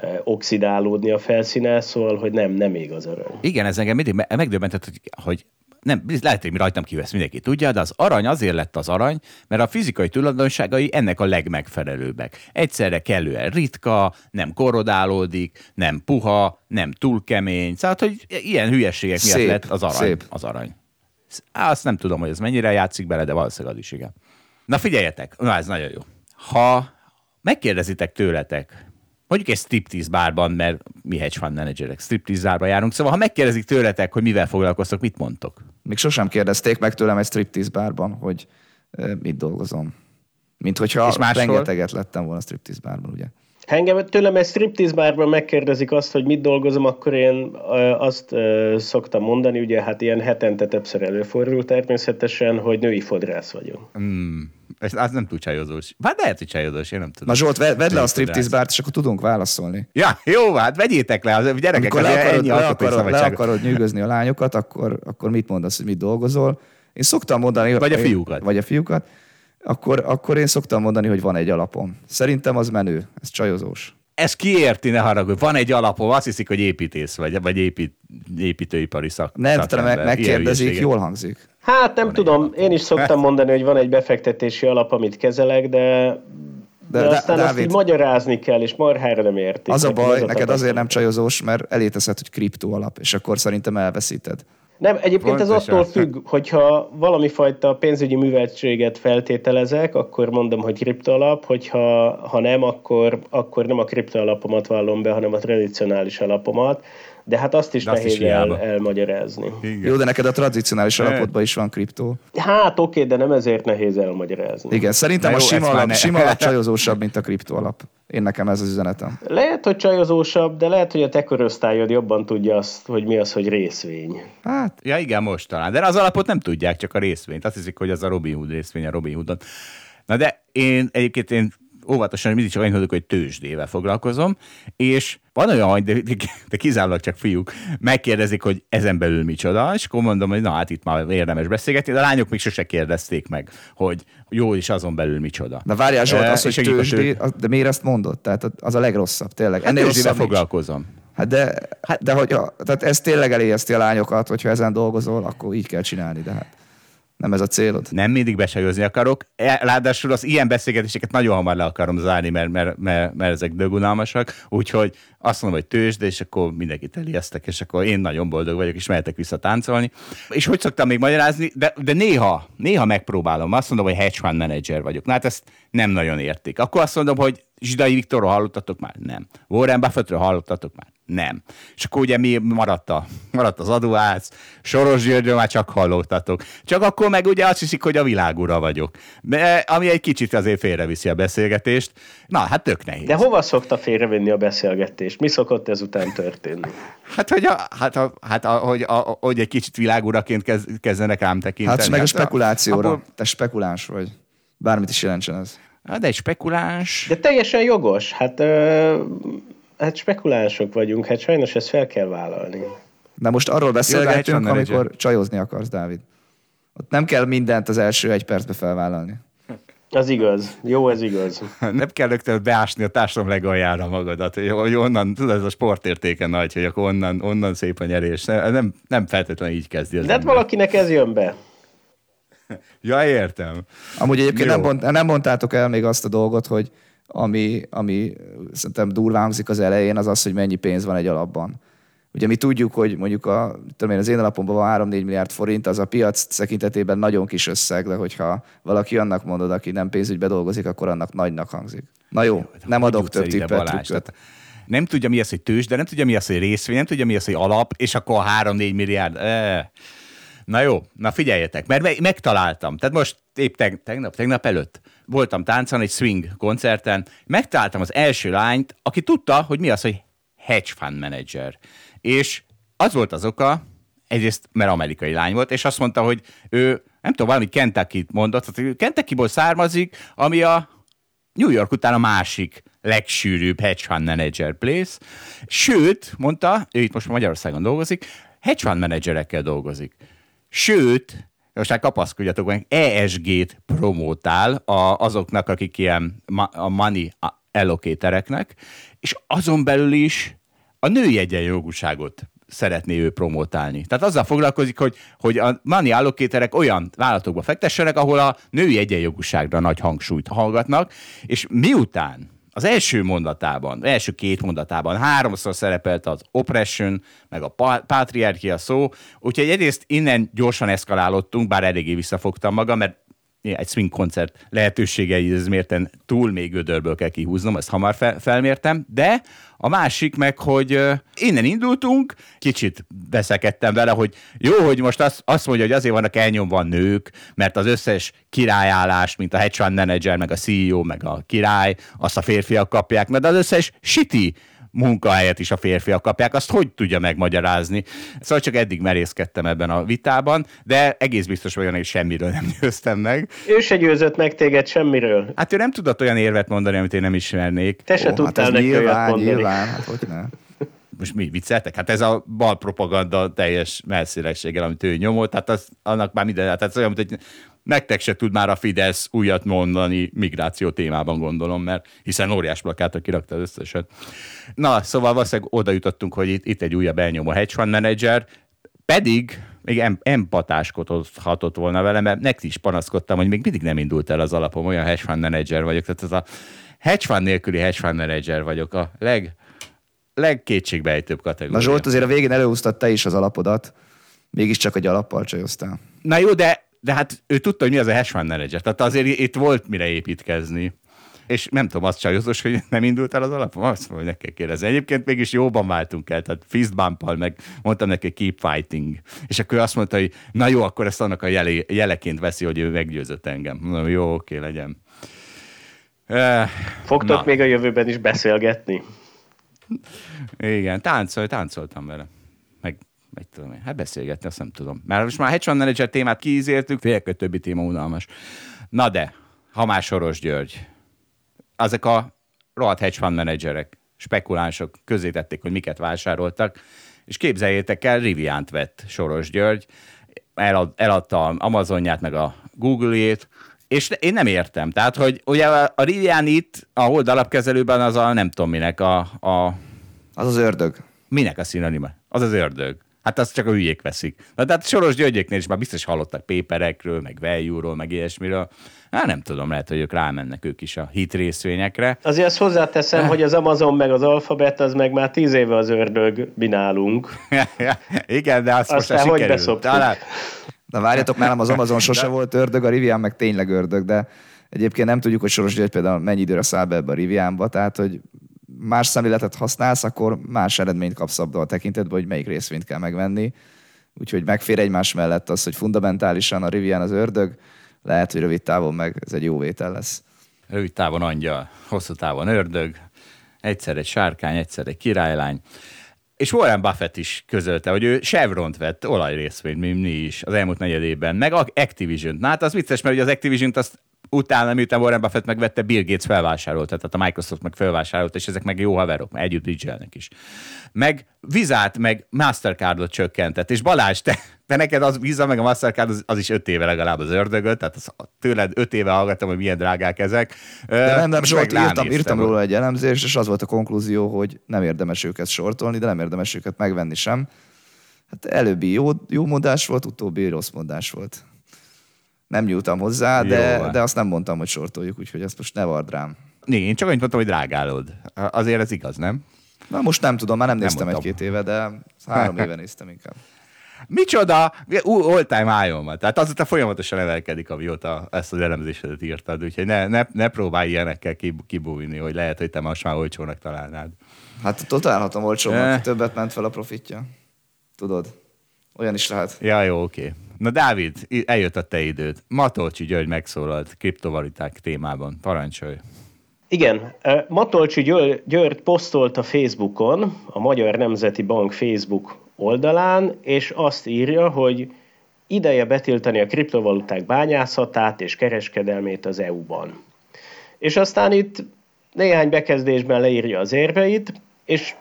[SPEAKER 4] oxidálódni a felszínen, szóval, hogy nem, nem ég az arany.
[SPEAKER 2] Igen, ez engem mindig megdöbbentett, hogy, hogy nem, lehet, hogy rajtam kívül ezt mindenki tudja, de az arany azért lett az arany, mert a fizikai tulajdonságai ennek a legmegfelelőbbek. Egyszerre kellően ritka, nem korrodálódik, nem puha, nem túl kemény. Szóval, hogy ilyen hülyeségek miatt
[SPEAKER 3] szép,
[SPEAKER 2] lett az arany.
[SPEAKER 3] Szép.
[SPEAKER 2] Az arany. Azt nem tudom, hogy ez mennyire játszik bele, de valószínűleg az is, igen. Na figyeljetek, na ez nagyon jó. Ha megkérdezitek tőletek, mondjuk egy striptease bárban, mert mi hedge fund managerek striptease bárban járunk, szóval ha megkérdezik tőletek, hogy mivel foglalkoztok, mit mondtok?
[SPEAKER 3] Még sosem kérdezték meg tőlem egy striptease bárban, hogy uh, mit dolgozom. Mint hogyha rengeteget lettem volna striptease bárban, ugye?
[SPEAKER 4] Ha engem tőlem egy striptease bárban megkérdezik azt, hogy mit dolgozom, akkor én azt szoktam mondani, ugye hát ilyen hetente többször előfordul természetesen, hogy női fodrász vagyok.
[SPEAKER 2] Mm, ez az nem túl csajozós. Hát lehet, hogy csajozós, én nem tudom.
[SPEAKER 3] Na Zsolt, vedd le a striptease bárt, és akkor tudunk válaszolni.
[SPEAKER 2] Ja, jó, hát vegyétek le, az gyerekek,
[SPEAKER 3] amikor le akarod,
[SPEAKER 2] ennyi
[SPEAKER 3] le akarod, le akarod nyűgözni a lányokat, akkor, akkor mit mondasz, hogy mit dolgozol? Én szoktam mondani...
[SPEAKER 2] Vagy a fiúkat.
[SPEAKER 3] Vagy a fiúkat. Akkor, akkor én szoktam mondani, hogy van egy alapom. Szerintem az menő, ez csajozós.
[SPEAKER 2] Ez kiérti, ne haragudj. Van egy alapom, azt hiszik, hogy építész vagy, vagy épít, építőipari szak.
[SPEAKER 3] Nem, te meg, megkérdezik, jól hangzik.
[SPEAKER 4] Hát nem van tudom, én is szoktam mondani, hogy van egy befektetési alap, amit kezelek, de, de, de aztán Dávid, azt így magyarázni kell, és marhára nem értik.
[SPEAKER 3] Az a baj, az neked a azért nem csajozós, mert eléteszed, hogy kriptó alap, és akkor szerintem elveszíted.
[SPEAKER 4] Nem, egyébként Pontosan. Ez attól függ, hogyha valami fajta pénzügyi műveltséget feltételezek, akkor mondom, hogy kriptoalap, hogyha ha nem, akkor, akkor nem a kriptoalapomat vallom be, hanem a tradicionális alapomat, de hát azt is de nehéz azt is el, elmagyarázni.
[SPEAKER 3] Igen. Jó, de neked a tradicionális alapodban is van kriptó.
[SPEAKER 4] Hát oké, de nem ezért nehéz elmagyarázni.
[SPEAKER 3] Igen, szerintem jó, a sima alap, ne... sima alap csajozósabb, mint a kriptoalap. Én nekem ez az üzenetem.
[SPEAKER 4] Lehet, hogy csajozósabb, de lehet, hogy a te korosztályod jobban tudja azt, hogy mi az, hogy részvény.
[SPEAKER 2] Hát, ja igen, most talán. De az alapot nem tudják, csak a részvényt. Azt hiszik, hogy az a Robin Hood részvény a Robin Hoodon. Na de én egyébként én óvatosan mindig csak annyit, hogy tőzsdével foglalkozom, és van olyan, de, de kizárólag csak fiúk, megkérdezik, hogy ezen belül micsoda, és akkor mondom, hogy na hát itt már érdemes beszélgetni, de a lányok még sose kérdezték meg, hogy jó is azon belül micsoda.
[SPEAKER 3] Na várjál Zsolt, az, hogy tőzsdé, de miért ezt mondod? Tehát az a legrosszabb, tényleg.
[SPEAKER 2] Hát tőzsdével foglalkozom.
[SPEAKER 3] Hát de, hát de hogy, tehát ez tényleg eléhezti a lányokat, hogyha ezen dolgozol, akkor így kell csinálni, de hát nem ez a célod?
[SPEAKER 2] Nem mindig besajozni akarok. Ráadásul az ilyen beszélgetéseket nagyon hamar le akarom zárni, mert, mert, mert, mert ezek dögunalmasak. Úgyhogy azt mondom, hogy tőzsde, és akkor mindenkit elijesztek, és akkor én nagyon boldog vagyok, és mehetek vissza táncolni. És hogy szoktam még magyarázni, de, de néha, néha megpróbálom. Azt mondom, hogy hedge fund manager vagyok. Na hát ezt nem nagyon értik. Akkor azt mondom, hogy Zsidai Viktorról hallottatok már? Nem. Warren Buffettről hallottatok már? Nem. És akkor ugye mi maradt, a, maradt az adóász, Soros Györgyről már csak hallottatok. Csak akkor meg ugye azt hiszik, hogy a világura vagyok. Ami egy kicsit azért félreviszi a beszélgetést. Na, hát tök nehéz.
[SPEAKER 4] De hova szokta félrevinni a beszélgetést? Mi szokott ezután történni?
[SPEAKER 2] Hát, hogy, a, hát, a, hát a, hogy, a, hogy egy kicsit világuraként kez, kezdenek rám tekinteni.
[SPEAKER 3] Hát meg a spekulációra. Akkor... Te spekuláns vagy. Bármit is jelentsen ez.
[SPEAKER 2] De egy spekuláns...
[SPEAKER 4] De teljesen jogos. Hát... Ö... Hát spekulánsok vagyunk, hát sajnos ezt fel kell vállalni.
[SPEAKER 3] De most arról beszélgetünk, amikor egy... csajozni akarsz, Dávid. Ott nem kell mindent az első egy percbe felvállalni.
[SPEAKER 4] Az igaz. Jó, ez igaz.
[SPEAKER 2] Nem kell rögtön beásni a társadalom legaljára magadat, hogy onnan, tudod, ez a sportértéke nagy, hogy akkor onnan, onnan szép a nyerés. Nem, nem feltétlenül így kezdi az
[SPEAKER 4] De hát valakinek ez jön be.
[SPEAKER 2] Ja, értem.
[SPEAKER 3] Amúgy egyébként nem, mond, nem mondtátok el még azt a dolgot, hogy ami, ami szerintem durván hangzik az elején, az az, hogy mennyi pénz van egy alapban. Ugye mi tudjuk, hogy mondjuk a, tudom én, az én alapomban van három-négy milliárd forint, az a piac tekintetében nagyon kis összeg, de hogyha valaki annak mondod, aki nem pénzügybe dolgozik, akkor annak nagynak hangzik. Na jó, jó nem adok több tippet.
[SPEAKER 2] Nem tudja, mi az, hogy tőzsde, nem tudja, mi az, hogy részvény, nem tudja, mi az, hogy alap, és akkor három-négy milliárd. E. Na jó, na figyeljetek, mert megtaláltam. Tehát most épp tegnap, tegnap előtt voltam táncolni egy swing koncerten, megtaláltam az első lányt, aki tudta, hogy mi az, hogy hedge fund manager. És az volt az oka, egyrészt, mert amerikai lány volt, és azt mondta, hogy ő, nem tudom, valami Kentucky-t mondott, tehát Kentuckyból származik, ami a New York után a másik legsűrűbb hedge fund manager place. Sőt, mondta, ő itt most Magyarországon dolgozik, hedge fund managerekkel dolgozik. Sőt, most már kapaszkodjatok meg, E S G-t promótál a, azoknak, akik ilyen ma, a money allocatereknek, és azon belül is a női egyenjogúságot szeretné ő promotálni. Tehát azzal foglalkozik, hogy, hogy a money allocatorek olyan vállalatokba fektessenek, ahol a női egyenjogúságra nagy hangsúlyt hallgatnak, és miután az első mondatában, az első két mondatában háromszor szerepelt az oppression, meg a patriarchia szó, úgyhogy egyrészt innen gyorsan eszkalálottunk, bár eléggé visszafogtam magam, mert egy swing koncert lehetőségei, ez mérten túl még gödörből kell kihúznom, ezt hamar fel, felmértem, de a másik meg, hogy uh, innen indultunk, kicsit beszekedtem vele, hogy jó, hogy most azt, azt mondja, hogy azért vannak elnyomva nők, mert az összes királyállást, mint a hedge fund manager, meg a cé e o, meg a király, azt a férfiak kapják, mert az összes shitty munkahelyet is a férfiak kapják, azt hogy tudja megmagyarázni? Szóval csak eddig merészkedtem ebben a vitában, de egész biztos vagyok, hogy semmiről nem győztem meg.
[SPEAKER 4] Ő se győzött meg téged semmiről.
[SPEAKER 2] Hát ő nem tudott olyan érvet mondani, amit én nem ismernék.
[SPEAKER 4] Te se
[SPEAKER 3] Ó,
[SPEAKER 4] tudtál
[SPEAKER 3] hát
[SPEAKER 4] neki
[SPEAKER 3] nyilván,
[SPEAKER 4] olyat mondani.
[SPEAKER 3] Nyilván, hát hogy ne.
[SPEAKER 2] Most mi, vicceltek? Hát ez a bal propaganda teljes messzélességgel, amit ő nyomott, tehát az, annak már minden, tehát ez olyan, mint hogy nektek se tud már a Fidesz újat mondani migráció témában, gondolom, mert hiszen óriás plakátra kirakta az összeset. Na, szóval valószínűleg oda jutottunk, hogy itt, itt egy újabb elnyomó hedge fund manager, pedig még em, empatáskodhatott volna vele, mert neki is panaszkodtam, hogy még mindig nem indult el az alapom, olyan hedge fund manager vagyok, tehát ez a hedge fund nélküli hedge fund manager vagyok, a leg, legkétségbejtőbb kategória.
[SPEAKER 3] Na Zsolt, azért a végén előhúztad te is az alapodat, mégiscsak egy alappal csajoztál.
[SPEAKER 2] Na jó, de De hát ő tudta, hogy mi az a hedge fund manager. Tehát azért itt volt mire építkezni. És nem tudom, az csajozós, hogy nem indult el az alapom? Azt mondom, hogy ne kell kérdezni. Egyébként mégis jóban váltunk el, tehát fist bump-al, meg mondtam neki, keep fighting. És akkor ő azt mondta, hogy na jó, akkor ezt annak a jele, jeleként veszi, hogy ő meggyőzött engem. Mondom, jó, oké, legyen.
[SPEAKER 4] Fogtok
[SPEAKER 2] na.
[SPEAKER 4] még a jövőben is beszélgetni?
[SPEAKER 2] Igen, táncol, táncoltam vele. Meg Meg tudom én, hát beszélgetni, azt nem tudom. Mert most már hedge fund manager témát kiízéltük, félek, hogy többi téma unalmas. Na de, ha már Soros György. Azok a rohadt hedge fund managerek, spekulánsok közzétették, hogy miket vásároltak, és képzeljétek el, Riviant vett Soros György, elad, eladta a Amazonját, meg a Google-jét, és én nem értem. Tehát, hogy ugye a Rivian itt, a Hold alapkezelőben az a nem tudom minek a... a
[SPEAKER 3] az az ördög.
[SPEAKER 2] Minek a szinonima? Az az ördög. Hát azt csak a hülyék veszik. Na, tehát Soros Györgyéknél is már biztos hallottak paperekről, meg value-ról, meg ilyesmiről. Hát nem tudom, lehet, hogy ők rámennek ők is a hit részvényekre.
[SPEAKER 4] Azért azt hozzáteszem, eh. hogy az Amazon meg az Alphabet, az meg már tíz éve az ördög, mi nálunk.
[SPEAKER 2] Igen, de azt
[SPEAKER 4] aztán
[SPEAKER 2] most
[SPEAKER 4] hogy beszoptuk.
[SPEAKER 3] Na várjatok, nálam az Amazon sose de... volt ördög, a Rivian meg tényleg ördög, de egyébként nem tudjuk, hogy Soros György például mennyi időre száll be ebbe a Rivianba, tehát hogy más szemléletet használsz, akkor más eredményt kapsz abban a tekintetben, hogy melyik részvényt kell megvenni. Úgyhogy megfér egymás mellett az, hogy fundamentálisan a Rivian az ördög, lehet, hogy rövid távon meg ez egy jó vétel lesz.
[SPEAKER 2] Rövid távon angyal, hosszú távon ördög, egyszer egy sárkány, egyszer egy királylány. És Warren Buffett is közölte, hogy ő Chevront vett, olajrészvényt, mi, mi is az elmúlt negyedében, meg Activision-t. Na hát az vicces, mert ugye az Activision-t azt utána, miután Warren Buffett megvette, Bill Gates felvásárolta, tehát a Microsoft meg felvásárolta, és ezek meg jó haverok, mert együtt ügyelnek is. Meg Vizát, meg Mastercardot csökkentett, és Balázs, te, te neked az Visa, meg a Mastercard az, az is öt éve legalább az ördögöt, tehát az, tőled öt éve hallgattam, hogy milyen drágák ezek.
[SPEAKER 3] De nem, nem, Zsolt, írtam, írtam róla egy elemzést, és az volt a konklúzió, hogy nem érdemes őket sortolni, de nem érdemes őket megvenni sem. Hát előbbi jó, jó mondás volt, utóbbi rossz mondás volt. Nem nyúltam hozzá, de, de azt nem mondtam, hogy sortoljuk, úgyhogy ezt most ne vard rám.
[SPEAKER 2] Né, én csak annyit mondtam, hogy drágálod. Azért ez igaz, nem?
[SPEAKER 3] Na most nem tudom, már nem, nem néztem egy-két éve, de három éve néztem inkább.
[SPEAKER 2] Micsoda? All-time high-on. Tehát azóta folyamatosan emelkedik, amióta ezt az elemzésedet írtad, úgyhogy ne, ne, ne próbálj ilyenekkel kibújni, hogy lehet, hogy te most már olcsónak találnád.
[SPEAKER 3] Hát találhatom olcsónak, eh. többet ment fel a profitja. Tudod, olyan is lehet.
[SPEAKER 2] Ja, jó, oké. Okay. Na Dávid, eljött a te időd. Matolcsy György megszólalt kriptovaluták témában. Parancsolj!
[SPEAKER 4] Igen, Matolcsy György posztolt a Facebookon, a Magyar Nemzeti Bank Facebook oldalán, és azt írja, hogy ideje betiltani a kriptovaluták bányászatát és kereskedelmét az é u-ban. És aztán itt néhány bekezdésben leírja az érveit, és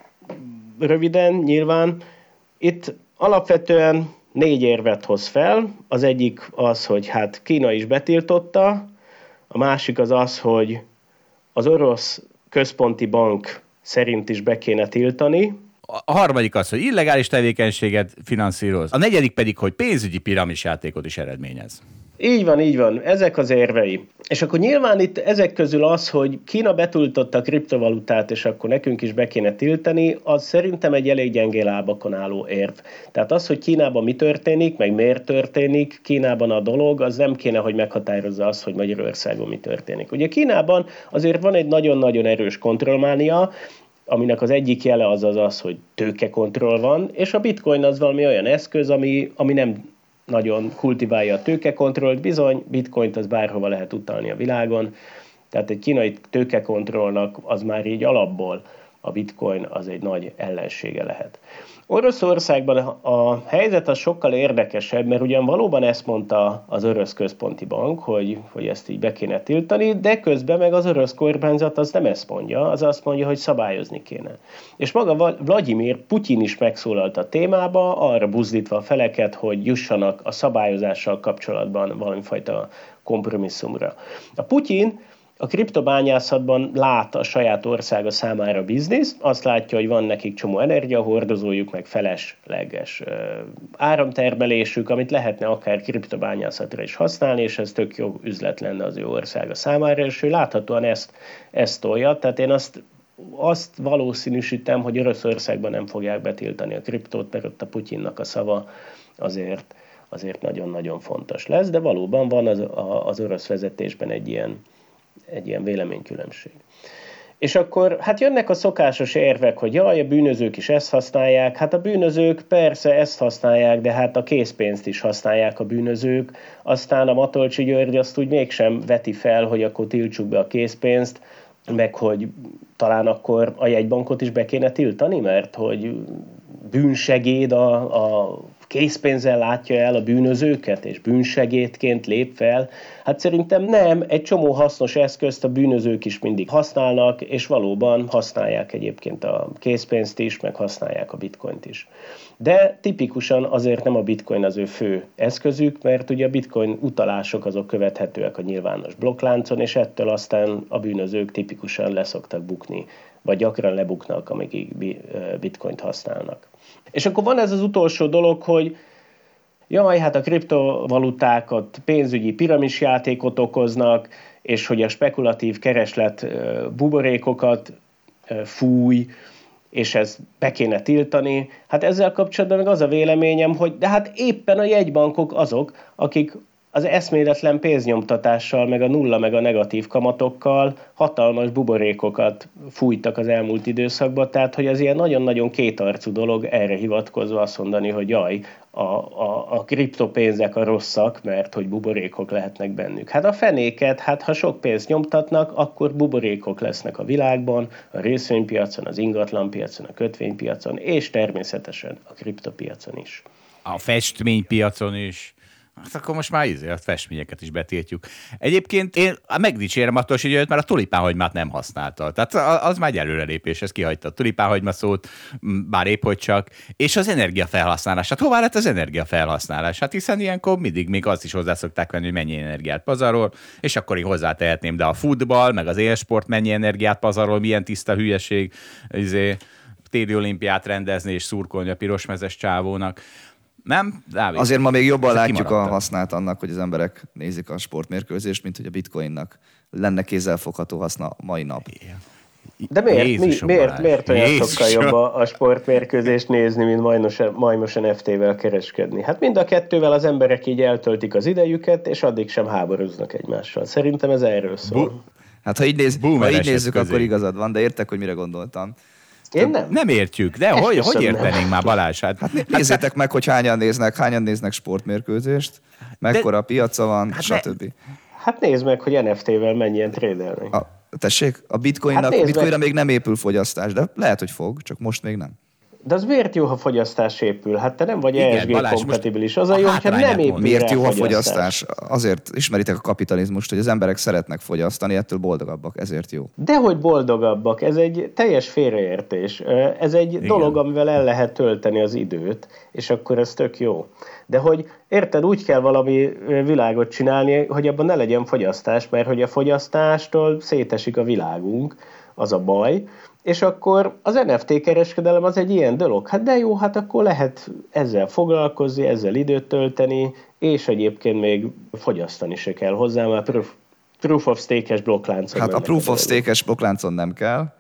[SPEAKER 4] röviden nyilván itt alapvetően négy érvet hoz fel. Az egyik az, hogy hát Kína is betiltotta, a másik az az, hogy az orosz központi bank szerint is be kéne tiltani.
[SPEAKER 2] A harmadik az, hogy illegális tevékenységet finanszíroz. A negyedik pedig, hogy pénzügyi piramisjátékot is eredményez.
[SPEAKER 4] Így van, így van. Ezek az érvei. És akkor nyilván itt ezek közül az, hogy Kína betiltotta a kriptovalutát, és akkor nekünk is be kéne tiltani, az szerintem egy elég gyengé lábakon álló érv. Tehát az, hogy Kínában mi történik, meg miért történik Kínában a dolog, az nem kéne, hogy meghatározza azt, hogy Magyarországon mi történik. Ugye Kínában azért van egy nagyon-nagyon erős kontrollmánia, aminek az egyik jele az az, az hogy tőkekontroll van, és a bitcoin az valami olyan eszköz, ami, ami nem nagyon kultiválja a tőkekontrollt, bizony, bitcoint az bárhova lehet utalni a világon, tehát egy kínai tőkekontrollnak az már így alapból a bitcoin az egy nagy ellensége lehet. Oroszországban a helyzet az sokkal érdekesebb, mert ugyan valóban ezt mondta az orosz központi bank, hogy, hogy ezt így be kéne tiltani, de közben meg az orosz kormányzat az nem ezt mondja, az azt mondja, hogy szabályozni kéne. És maga Vladimir Putyin is megszólalt a témába, arra buzdítva a feleket, hogy jussanak a szabályozással kapcsolatban valamifajta kompromisszumra. A Putyin a kriptobányászatban lát a saját országa számára biznisz, azt látja, hogy van nekik csomó energiahordozójuk, meg felesleges áramtermelésük, amit lehetne akár kriptobányászatra is használni, és ez tök jó üzlet lenne az ő országa számára, és ő láthatóan ezt, ezt tolja. Tehát én azt, azt valószínűsítem, hogy Oroszországban nem fogják betiltani a kriptót, mert ott a Putyinnak a szava azért, azért nagyon-nagyon fontos lesz, de valóban van az, az orosz vezetésben egy ilyen egy ilyen véleménykülönbség. És akkor hát jönnek a szokásos érvek, hogy jaj, a bűnözők is ezt használják. Hát a bűnözők persze ezt használják, de hát a készpénzt is használják a bűnözők. Aztán a Matolcsy György azt úgy mégsem veti fel, hogy akkor tiltsuk be a készpénzt, meg hogy talán akkor a jegybankot is be kéne tiltani, mert hogy bűnsegéd a, a készpénzzel látja el a bűnözőket, és bűnsegédként lép fel. Hát szerintem nem, egy csomó hasznos eszközt a bűnözők is mindig használnak, és valóban használják egyébként a készpénzt is, meg használják a bitcoint is. De tipikusan azért nem a bitcoin az ő fő eszközük, mert ugye a bitcoin utalások azok követhetőek a nyilvános blokkláncon, és ettől aztán a bűnözők tipikusan leszoktak bukni, vagy gyakran lebuknak, amíg bitcoint használnak. És akkor van ez az utolsó dolog, hogy jaj, hát a kriptovalutákat pénzügyi piramisjátékot okoznak, és hogy a spekulatív kereslet buborékokat fúj, és ezt be kéne tiltani. Hát ezzel kapcsolatban meg az a véleményem, hogy de hát éppen a jegybankok azok, akik az eszméletlen pénznyomtatással, meg a nulla, meg a negatív kamatokkal hatalmas buborékokat fújtak az elmúlt időszakban, tehát hogy az ilyen nagyon-nagyon kétarcú dolog erre hivatkozva azt mondani, hogy jaj, a, a, a kriptopénzek a rosszak, mert hogy buborékok lehetnek bennük. Hát a fenéket, hát ha sok pénzt nyomtatnak, akkor buborékok lesznek a világban, a részvénypiacon, az ingatlanpiacon, a kötvénypiacon, és természetesen a kriptopiacon is.
[SPEAKER 2] A festménypiacon is. Hát akkor most már ízé, a festményeket is betiltjuk. Egyébként én megdicsérem attól, hogy jött, mert a tulipánhagymát nem használta. Tehát az már egy előrelépés, ez kihagyta a tulipánhagyma szót, bár épp hogy csak. És az energiafelhasználás. Hát hová lett az energiafelhasználás? Hát hiszen ilyenkor mindig még azt is hozzá szokták venni, hogy mennyi energiát pazarol, és akkor én hozzátehetném, de a futball, meg az élsport mennyi energiát pazarol, milyen tiszta hülyeség, izé, téli olimpiát rendezni és szurkolni a pirosmezes csávónak. Nem? Dávid.
[SPEAKER 3] Azért ma még jobban látjuk a hasznát annak, hogy az emberek nézik a sportmérkőzést, mint hogy a bitcoinnak lenne kézzelfogható haszna a mai nap.
[SPEAKER 4] De miért, mi, miért, miért olyan sokkal jobb a, a sportmérkőzést nézni, mint majmos en ef té-vel kereskedni? Hát mind a kettővel az emberek így eltöltik az idejüket, és addig sem háborúznak egymással. Szerintem ez erről szól. Bu-
[SPEAKER 3] hát ha így, néz, ha így nézzük, közé. Akkor igazad van, de értek, hogy mire gondoltam.
[SPEAKER 4] Én nem.
[SPEAKER 2] Nem értjük, de hogy, hogy értenénk már, Balázs? Hát,
[SPEAKER 3] hát nézzétek hát, meg, hogy hányan néznek, hányan néznek sportmérkőzést, mekkora de, piaca van, hát stb. Ne,
[SPEAKER 4] hát nézd meg, hogy en ef té-vel mennyien trédelnek.
[SPEAKER 3] A, tessék, a bitcoinnak, hát bitcoinra még nem épül fogyasztás, de lehet, hogy fog, csak most még nem.
[SPEAKER 4] De az miért jó, ha fogyasztás épül? Hát te nem vagy E S G-kompatibilis. Az a jó, hogyha nem épül.
[SPEAKER 3] Miért jó, ha fogyasztás? Azért ismeritek a kapitalizmust, hogy az emberek szeretnek fogyasztani, ettől boldogabbak, ezért jó.
[SPEAKER 4] Dehogy boldogabbak, ez egy teljes félreértés. Ez egy Igen. dolog, amivel el lehet tölteni az időt, és akkor ez tök jó. De hogy érted, úgy kell valami világot csinálni, hogy abban ne legyen fogyasztás, mert hogy a fogyasztástól szétesik a világunk, az a baj, és akkor az en ef té kereskedelem az egy ilyen dolog. Hát de jó, hát akkor lehet ezzel foglalkozni, ezzel időt tölteni, és egyébként még fogyasztani se kell hozzá, mert proof, proof of stake-es blokkláncon.
[SPEAKER 3] Hát a proof of stake-es blokkláncon nem kell,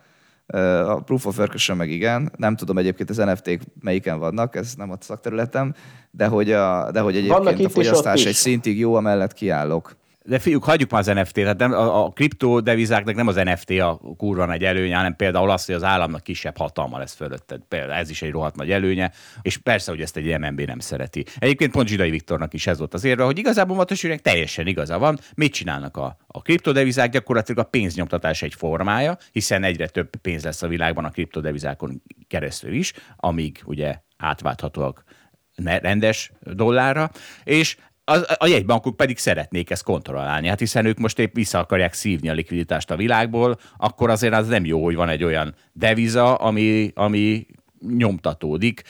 [SPEAKER 3] a proof of work-ösön meg igen. Nem tudom egyébként az en ef té-k melyiken vannak, ez nem a szakterületem, de hogy, a, de hogy egyébként a fogyasztás egy szintig jó, amellett kiállok.
[SPEAKER 2] De fiúk, hagyjuk már az en ef té-t, tehát nem, a, a kriptodevizáknak nem az en ef té a kurva nagy előnye, hanem például az, hogy az államnak kisebb hatalma lesz fölötted. Például ez is egy rohadt nagy előnye, és persze, hogy ezt egy em en bé nem szereti. Egyébként pont Zsidai Viktornak is ez volt az érve, hogy igazából Matosűrnek teljesen igaza van. Mit csinálnak a, a kriptodevizák? Gyakorlatilag a pénznyomtatás egy formája, hiszen egyre több pénz lesz a világban a kriptodevizákon keresztül is, amíg ugye átválthatóak rendes dollárra, és a jegybankok pedig szeretnék ezt kontrollálni, hát hiszen ők most épp vissza akarják szívni a likviditást a világból, akkor azért az nem jó, hogy van egy olyan deviza, ami, ami nyomtatódik,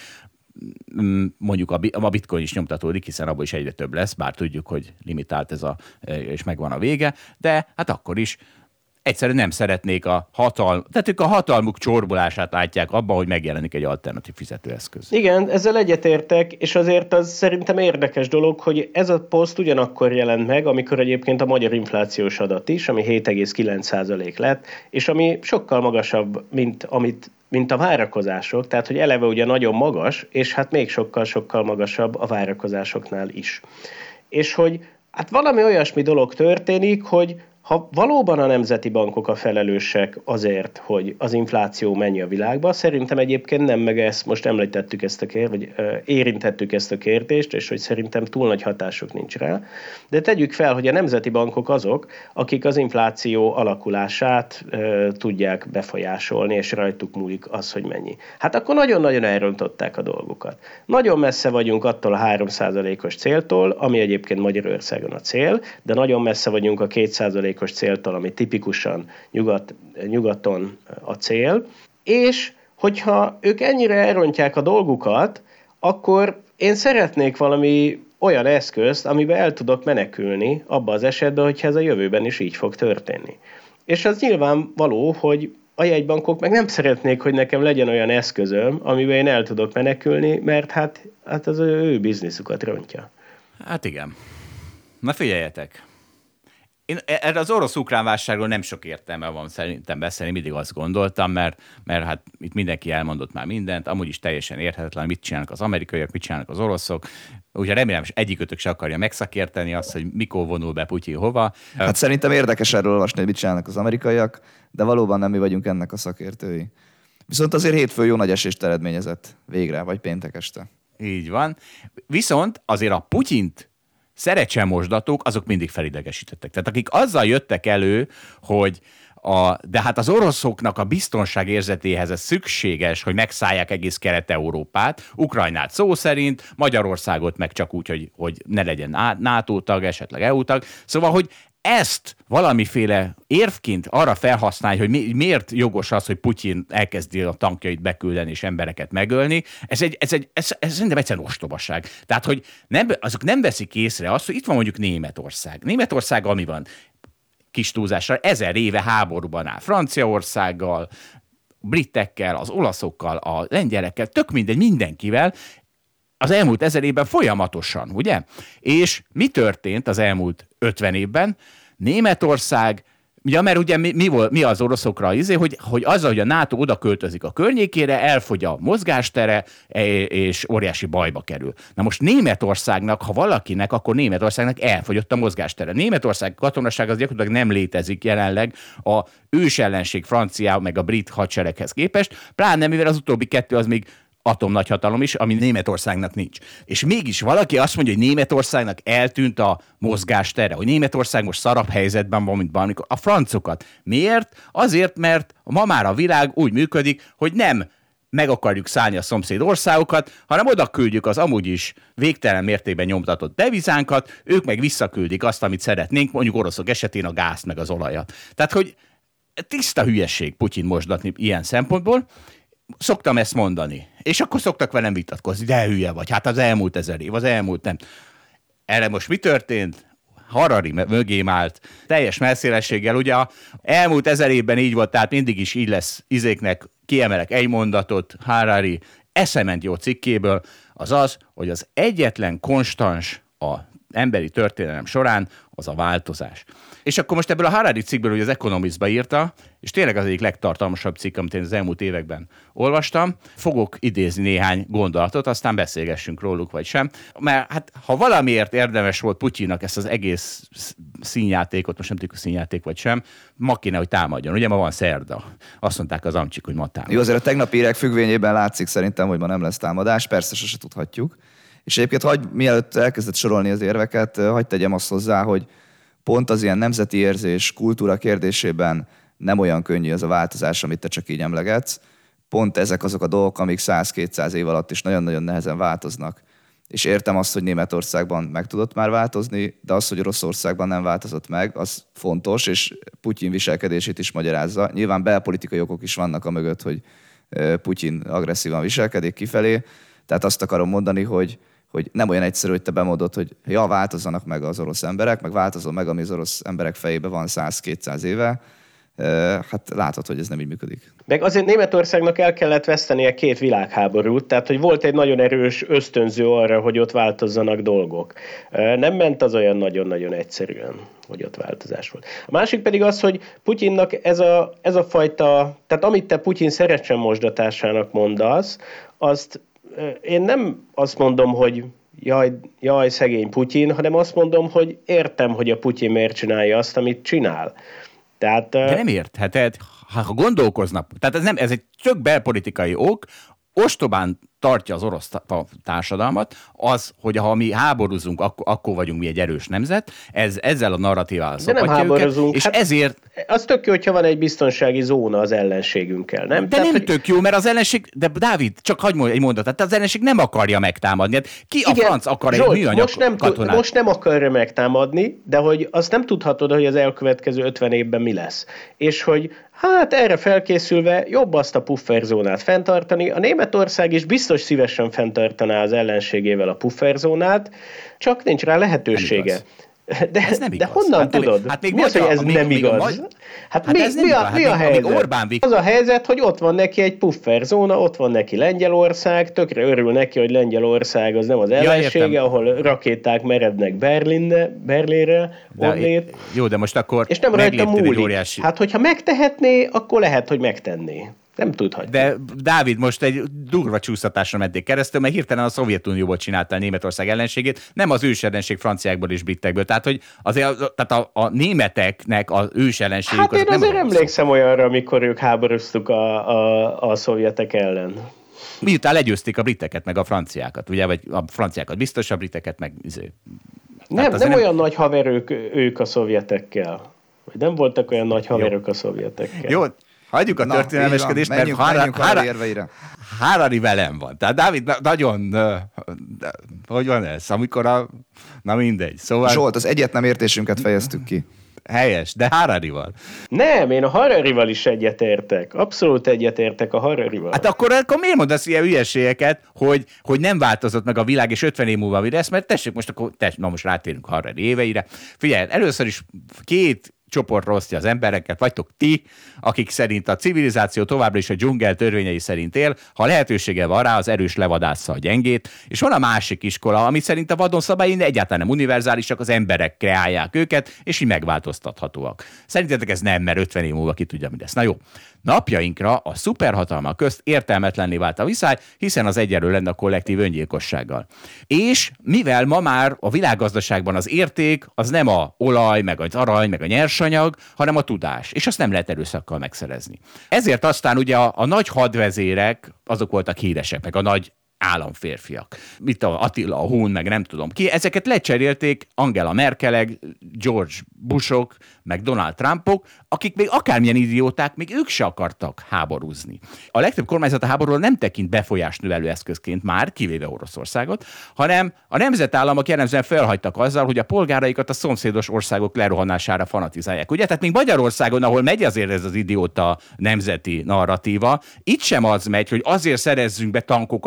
[SPEAKER 2] mondjuk a bitcoin is nyomtatódik, hiszen abból is egyre több lesz, bár tudjuk, hogy limitált ez a, és megvan a vége, de hát akkor is egyszerűen nem szeretnék a hatalm, tehát ők a hatalmuk csorbolását látják abban, hogy megjelenik egy alternatív fizetőeszköz.
[SPEAKER 4] Igen, ezzel egyetértek, és azért az szerintem érdekes dolog, hogy ez a poszt ugyanakkor jelent meg, amikor egyébként a magyar inflációs adat is, ami hét egész kilenc százalék lett, és ami sokkal magasabb, mint amit mint a várakozások, tehát hogy eleve ugye nagyon magas, és hát még sokkal-sokkal magasabb a várakozásoknál is. És hogy hát valami olyasmi dolog történik, hogy ha valóban a nemzeti bankok a felelősek azért, hogy az infláció menj a világba, szerintem egyébként nem, meg ezt most említettük ezt a kérdést, vagy érintettük ezt a kérdést, és hogy szerintem túl nagy hatásuk nincs rá. De tegyük fel, hogy a nemzeti bankok azok, akik az infláció alakulását e, tudják befolyásolni, és rajtuk múlik az, hogy mennyi. Hát akkor nagyon-nagyon elrontották a dolgokat. Nagyon messze vagyunk attól a három százalékos céltól, ami egyébként Magyarországon a cél, de nagyon messze vagyunk a két százalékos céltól, ami tipikusan nyugat, nyugaton a cél, és hogyha ők ennyire elrontják a dolgukat, akkor én szeretnék valami olyan eszközt, amiben el tudok menekülni abba az esetben, hogyha ez a jövőben is így fog történni. És az nyilván való, hogy a jegybankok meg nem szeretnék, hogy nekem legyen olyan eszközöm, amiben én el tudok menekülni, mert hát, hát az ő bizniszukat rontja.
[SPEAKER 2] Hát igen. Na figyeljetek! Én erre az orosz-ukrán válságról nem sok értelme van szerintem beszélni, mindig azt gondoltam, mert, mert hát itt mindenki elmondott már mindent, amúgy is teljesen érthetetlen, mit csinálnak az amerikaiak, mit csinálnak az oroszok. Ugye remélem, hogy egyikőtök se akarja megszakérteni azt, hogy mikor vonul be Putyin hova.
[SPEAKER 3] Hát szerintem érdekes erről olvasni, hogy mit csinálnak az amerikaiak, de valóban nem mi vagyunk ennek a szakértői. Viszont azért hétfő jó nagy esést eredményezett végre, vagy péntek este.
[SPEAKER 2] Így van. Viszont azért a Putyint szerecsemosdatók, azok mindig felidegesítettek. Tehát akik azzal jöttek elő, hogy a, de hát az oroszoknak a biztonság érzetéhez ez szükséges, hogy megszállják egész Kelet-Európát, Ukrajnát szó szerint, Magyarországot meg csak úgy, hogy, hogy ne legyen NATO tag, esetleg é u tag. Szóval, hogy ezt valamiféle érvként arra felhasználni, hogy mi, miért jogos az, hogy Putyin elkezdi a tankjait beküldeni és embereket megölni, ez, egy, ez, egy, ez, ez szerintem egyszerűen ostobaság. Tehát, hogy nem, azok nem veszik észre azt, hogy itt van mondjuk Németország. Németország, ami van kis túlzásra, ezer éve háborúban áll Franciaországgal, britekkel, az olaszokkal, a lengyelekkel, tök mindegy, mindenkivel, az elmúlt ezer évben folyamatosan, ugye? És mi történt az elmúlt ötven évben? Németország, ja, mert ugye mi, mi, volt, mi az oroszokra az izé, hogy, hogy azzal, hogy a NATO oda költözik a környékére, elfogy a mozgástere, és óriási bajba kerül. Na most Németországnak, ha valakinek, akkor Németországnak elfogyott a mozgástere. Németország katonaság az gyakorlatilag nem létezik jelenleg a ősellenség francia meg a brit hadsereghez képest, pláne mivel az utóbbi kettő az még atomnagyhatalom is, ami Németországnak nincs. És mégis valaki azt mondja, hogy Németországnak eltűnt a mozgástere, hogy Németország most szarabb helyzetben van, mint valamikor. A francokat. Miért? Azért, mert ma már a világ úgy működik, hogy nem meg akarjuk szállni a szomszéd országokat, hanem oda küldjük az amúgy is végtelen mértékben nyomtatott devizánkat, ők meg visszaküldik azt, amit szeretnénk, mondjuk oroszok esetén a gázt meg az olajat. Tehát, hogy tiszta hülyesség Putyin mosdatni ilyen szempontból. Szoktam ezt mondani. És akkor szoktak velem vitatkozni, de hülye vagy. Hát az elmúlt ezer év, az elmúlt nem. Erre most mi történt? Harari mögé állt, teljes messzélességgel. Ugye a elmúlt ezer évben így volt, tehát mindig is így lesz izéknek, kiemelek egy mondatot, Harari eszement jó cikkéből, az az, hogy az egyetlen konstans a emberi történelem során az a változás. És akkor most ebből a Harari cikkből, hogy az Economistba írta, és tényleg az egyik legtartalmasabb cikk, amit én az elmúlt években olvastam, fogok idézni néhány gondolatot, aztán beszélgessünk róluk, vagy sem. Mert hát, ha valamiért érdemes volt Putyinnak ezt az egész színjátékot, most nem tudjuk, a színjáték vagy sem, ma kéne, hogy támadjon. Ugye ma van szerda. Azt mondták az amcsik, hogy ma támad.
[SPEAKER 3] Jó, azért a tegnapi hírek függvényében látszik szerintem, hogy ma nem lesz támadás, persze sose tudhatjuk. És egyébként hagy, mielőtt elkezdett sorolni az érveket, hadd tegyem azt hozzá, hogy pont az ilyen nemzeti érzés, kultúra kérdésében nem olyan könnyű az a változás, amit te csak így emlegetsz. Pont ezek azok a dolgok, amik száz-kétszáz év alatt is nagyon-nagyon nehezen változnak. És értem azt, hogy Németországban meg tudott már változni, de az, hogy Oroszországban nem változott meg, az fontos, és Putyin viselkedését is magyarázza. Nyilván belpolitikai okok is vannak a mögött, hogy Putyin agresszívan viselkedik kifelé. Tehát azt akarom mondani, hogy hogy nem olyan egyszerű, hogy te bemondod, hogy ja, változzanak meg az orosz emberek, meg változol meg, ami az orosz emberek fejében van száz-kétszáz éve. Hát látod, hogy ez nem így működik.
[SPEAKER 4] Meg azért Németországnak el kellett vesztenie két világháborút, tehát hogy volt egy nagyon erős ösztönző arra, hogy ott változzanak dolgok. Nem ment az olyan nagyon-nagyon egyszerűen, hogy ott változás volt. A másik pedig az, hogy Putyinnak ez a, ez a fajta, tehát amit te Putyin szerecsen mosdatásának mondasz, azt én nem azt mondom, hogy jaj, jaj, szegény Putyin, hanem azt mondom, hogy értem, hogy a Putyin miért csinálja azt, amit csinál. Tehát,
[SPEAKER 2] de nem értheted, ha gondolkoznak. Tehát ez, nem, ez egy tök belpolitikai ok, ostobán tartja az orosz társadalmat, az, hogy ha mi háborúzunk, akkor, akkor vagyunk mi egy erős nemzet, ez, ezzel a narratívával szokatja őket, és hát ezért...
[SPEAKER 4] Az tök jó, hogyha van egy biztonsági zóna az ellenségünkkel, nem?
[SPEAKER 2] De
[SPEAKER 4] Tehát,
[SPEAKER 2] nem
[SPEAKER 4] hogy...
[SPEAKER 2] tök jó, mert az ellenség, de Dávid, csak hagyd mondj egy mondatot, tehát az ellenség nem akarja megtámadni. Hát ki a igen, franc akar Zsolt, egy műanyag
[SPEAKER 4] most nem,
[SPEAKER 2] katonát?
[SPEAKER 4] Most nem akarja megtámadni, de hogy azt nem tudhatod, hogy az elkövetkező ötven évben mi lesz. És hogy hát erre felkészülve jobb azt a pufferzónát fenntartani. A Németország is biztos szívesen fenntartaná az ellenségével a pufferzónát, csak nincs rá lehetősége. De,
[SPEAKER 2] ez nem
[SPEAKER 4] de honnan hát tudod?
[SPEAKER 2] Hát még
[SPEAKER 4] mi az, hogy ez
[SPEAKER 2] még,
[SPEAKER 4] nem
[SPEAKER 2] még
[SPEAKER 4] igaz?
[SPEAKER 2] Magy...
[SPEAKER 4] Hát,
[SPEAKER 2] hát
[SPEAKER 4] mi,
[SPEAKER 2] ez
[SPEAKER 4] mi,
[SPEAKER 2] nem
[SPEAKER 4] a,
[SPEAKER 2] igaz.
[SPEAKER 4] mi a
[SPEAKER 2] hát
[SPEAKER 4] helyzet?
[SPEAKER 2] Orbán Vik...
[SPEAKER 4] Az a helyzet, hogy ott van neki egy pufferzóna, ott van neki Lengyelország, tökre örül neki, hogy Lengyelország az nem az ellensége, ja, ahol rakéták merednek Berlinne, Berlinre, onnét.
[SPEAKER 2] Jó, de most akkor
[SPEAKER 4] és nem rajta múlik.
[SPEAKER 2] Óriási...
[SPEAKER 4] Hát, hogyha megtehetné, akkor lehet, hogy megtenné. Nem tudhatjuk.
[SPEAKER 2] De Dávid, most egy durva csúsztatásra menték keresztül, mert hirtelen a Szovjetunióból csinálta a Németország ellenségét, nem az ősellenség franciákból és britekből. Tehát, hogy azért tehát a, a németeknek az ősellenségük...
[SPEAKER 4] Hát én
[SPEAKER 2] az
[SPEAKER 4] azért
[SPEAKER 2] nem
[SPEAKER 4] emlékszem olyanra, amikor ők háborúztuk a, a, a szovjetek ellen.
[SPEAKER 2] Miután legyőzték a briteket, meg a franciákat, ugye, vagy a franciákat biztos, a briteket meg... Izé.
[SPEAKER 4] Nem, nem, nem olyan nagy haverők ők a szovjetekkel. Vagy nem voltak olyan nagy haverők a szovjetekkel.
[SPEAKER 2] Jó. Hagyjuk a na, történelmeskedést, mert Harari, Harari, Harari velem van. Tehát Dávid na, nagyon, uh, hogy van ez, amikor a, na mindegy. Szóval...
[SPEAKER 3] Zsolt, az egyet nem értésünket fejeztük ki.
[SPEAKER 2] Helyes, de Hararival.
[SPEAKER 4] Nem, én a Hararival is egyetértek. Abszolút egyetértek a Hararival.
[SPEAKER 2] Hát akkor, akkor miért mondasz ilyen hülyeségeket, hogy, hogy nem változott meg a világ, és ötven év múlva mi lesz, mert tessék most akkor, tessék, na most rátérünk Harari éveire. Figyelj, először is két csoport rosztja az embereket, vagytok ti, akik szerint a civilizáció továbbra is a dzsungel törvényei szerint él, ha lehetősége van rá, az erős levadásza a gyengét, és van a másik iskola, ami szerint a vadon szabályai egyáltalán nem univerzálisak, az emberek kreálják őket, és így megváltoztathatóak. Szerintetek ez nem, mert ötven év múlva ki tudja, mi lesz. Na jó. Napjainkra a szuperhatalmak közt értelmetlenné vált a viszály, hiszen az egyenlő lenne a kollektív öngyilkossággal. És mivel ma már a világgazdaságban az érték az nem a olaj, meg az arany, meg a nyersanyag, hanem a tudás, és azt nem lehet erőszakkal megszerezni. Ezért aztán ugye a, a nagy hadvezérek, azok voltak híresek, meg a nagy államférfiak. Mit a Attila, a Hun, meg nem tudom ki. Ezeket lecserélték Angela Merkelek, George Bushok, meg Donald Trumpok, akik még akármilyen idióták, még ők se akartak háborúzni. A legtöbb kormányzat a háborúról nem tekint befolyásnövelő eszközként már, kivéve Oroszországot, hanem a nemzetállamok jellemzően felhagytak azzal, hogy a polgáraikat a szomszédos országok lerohanására fanatizálják. Ugye? Tehát még Magyarországon, ahol megy azért ez az idióta nemzeti narratíva, itt sem az megy, hogy azért szerezzünk be tankokat, hogy több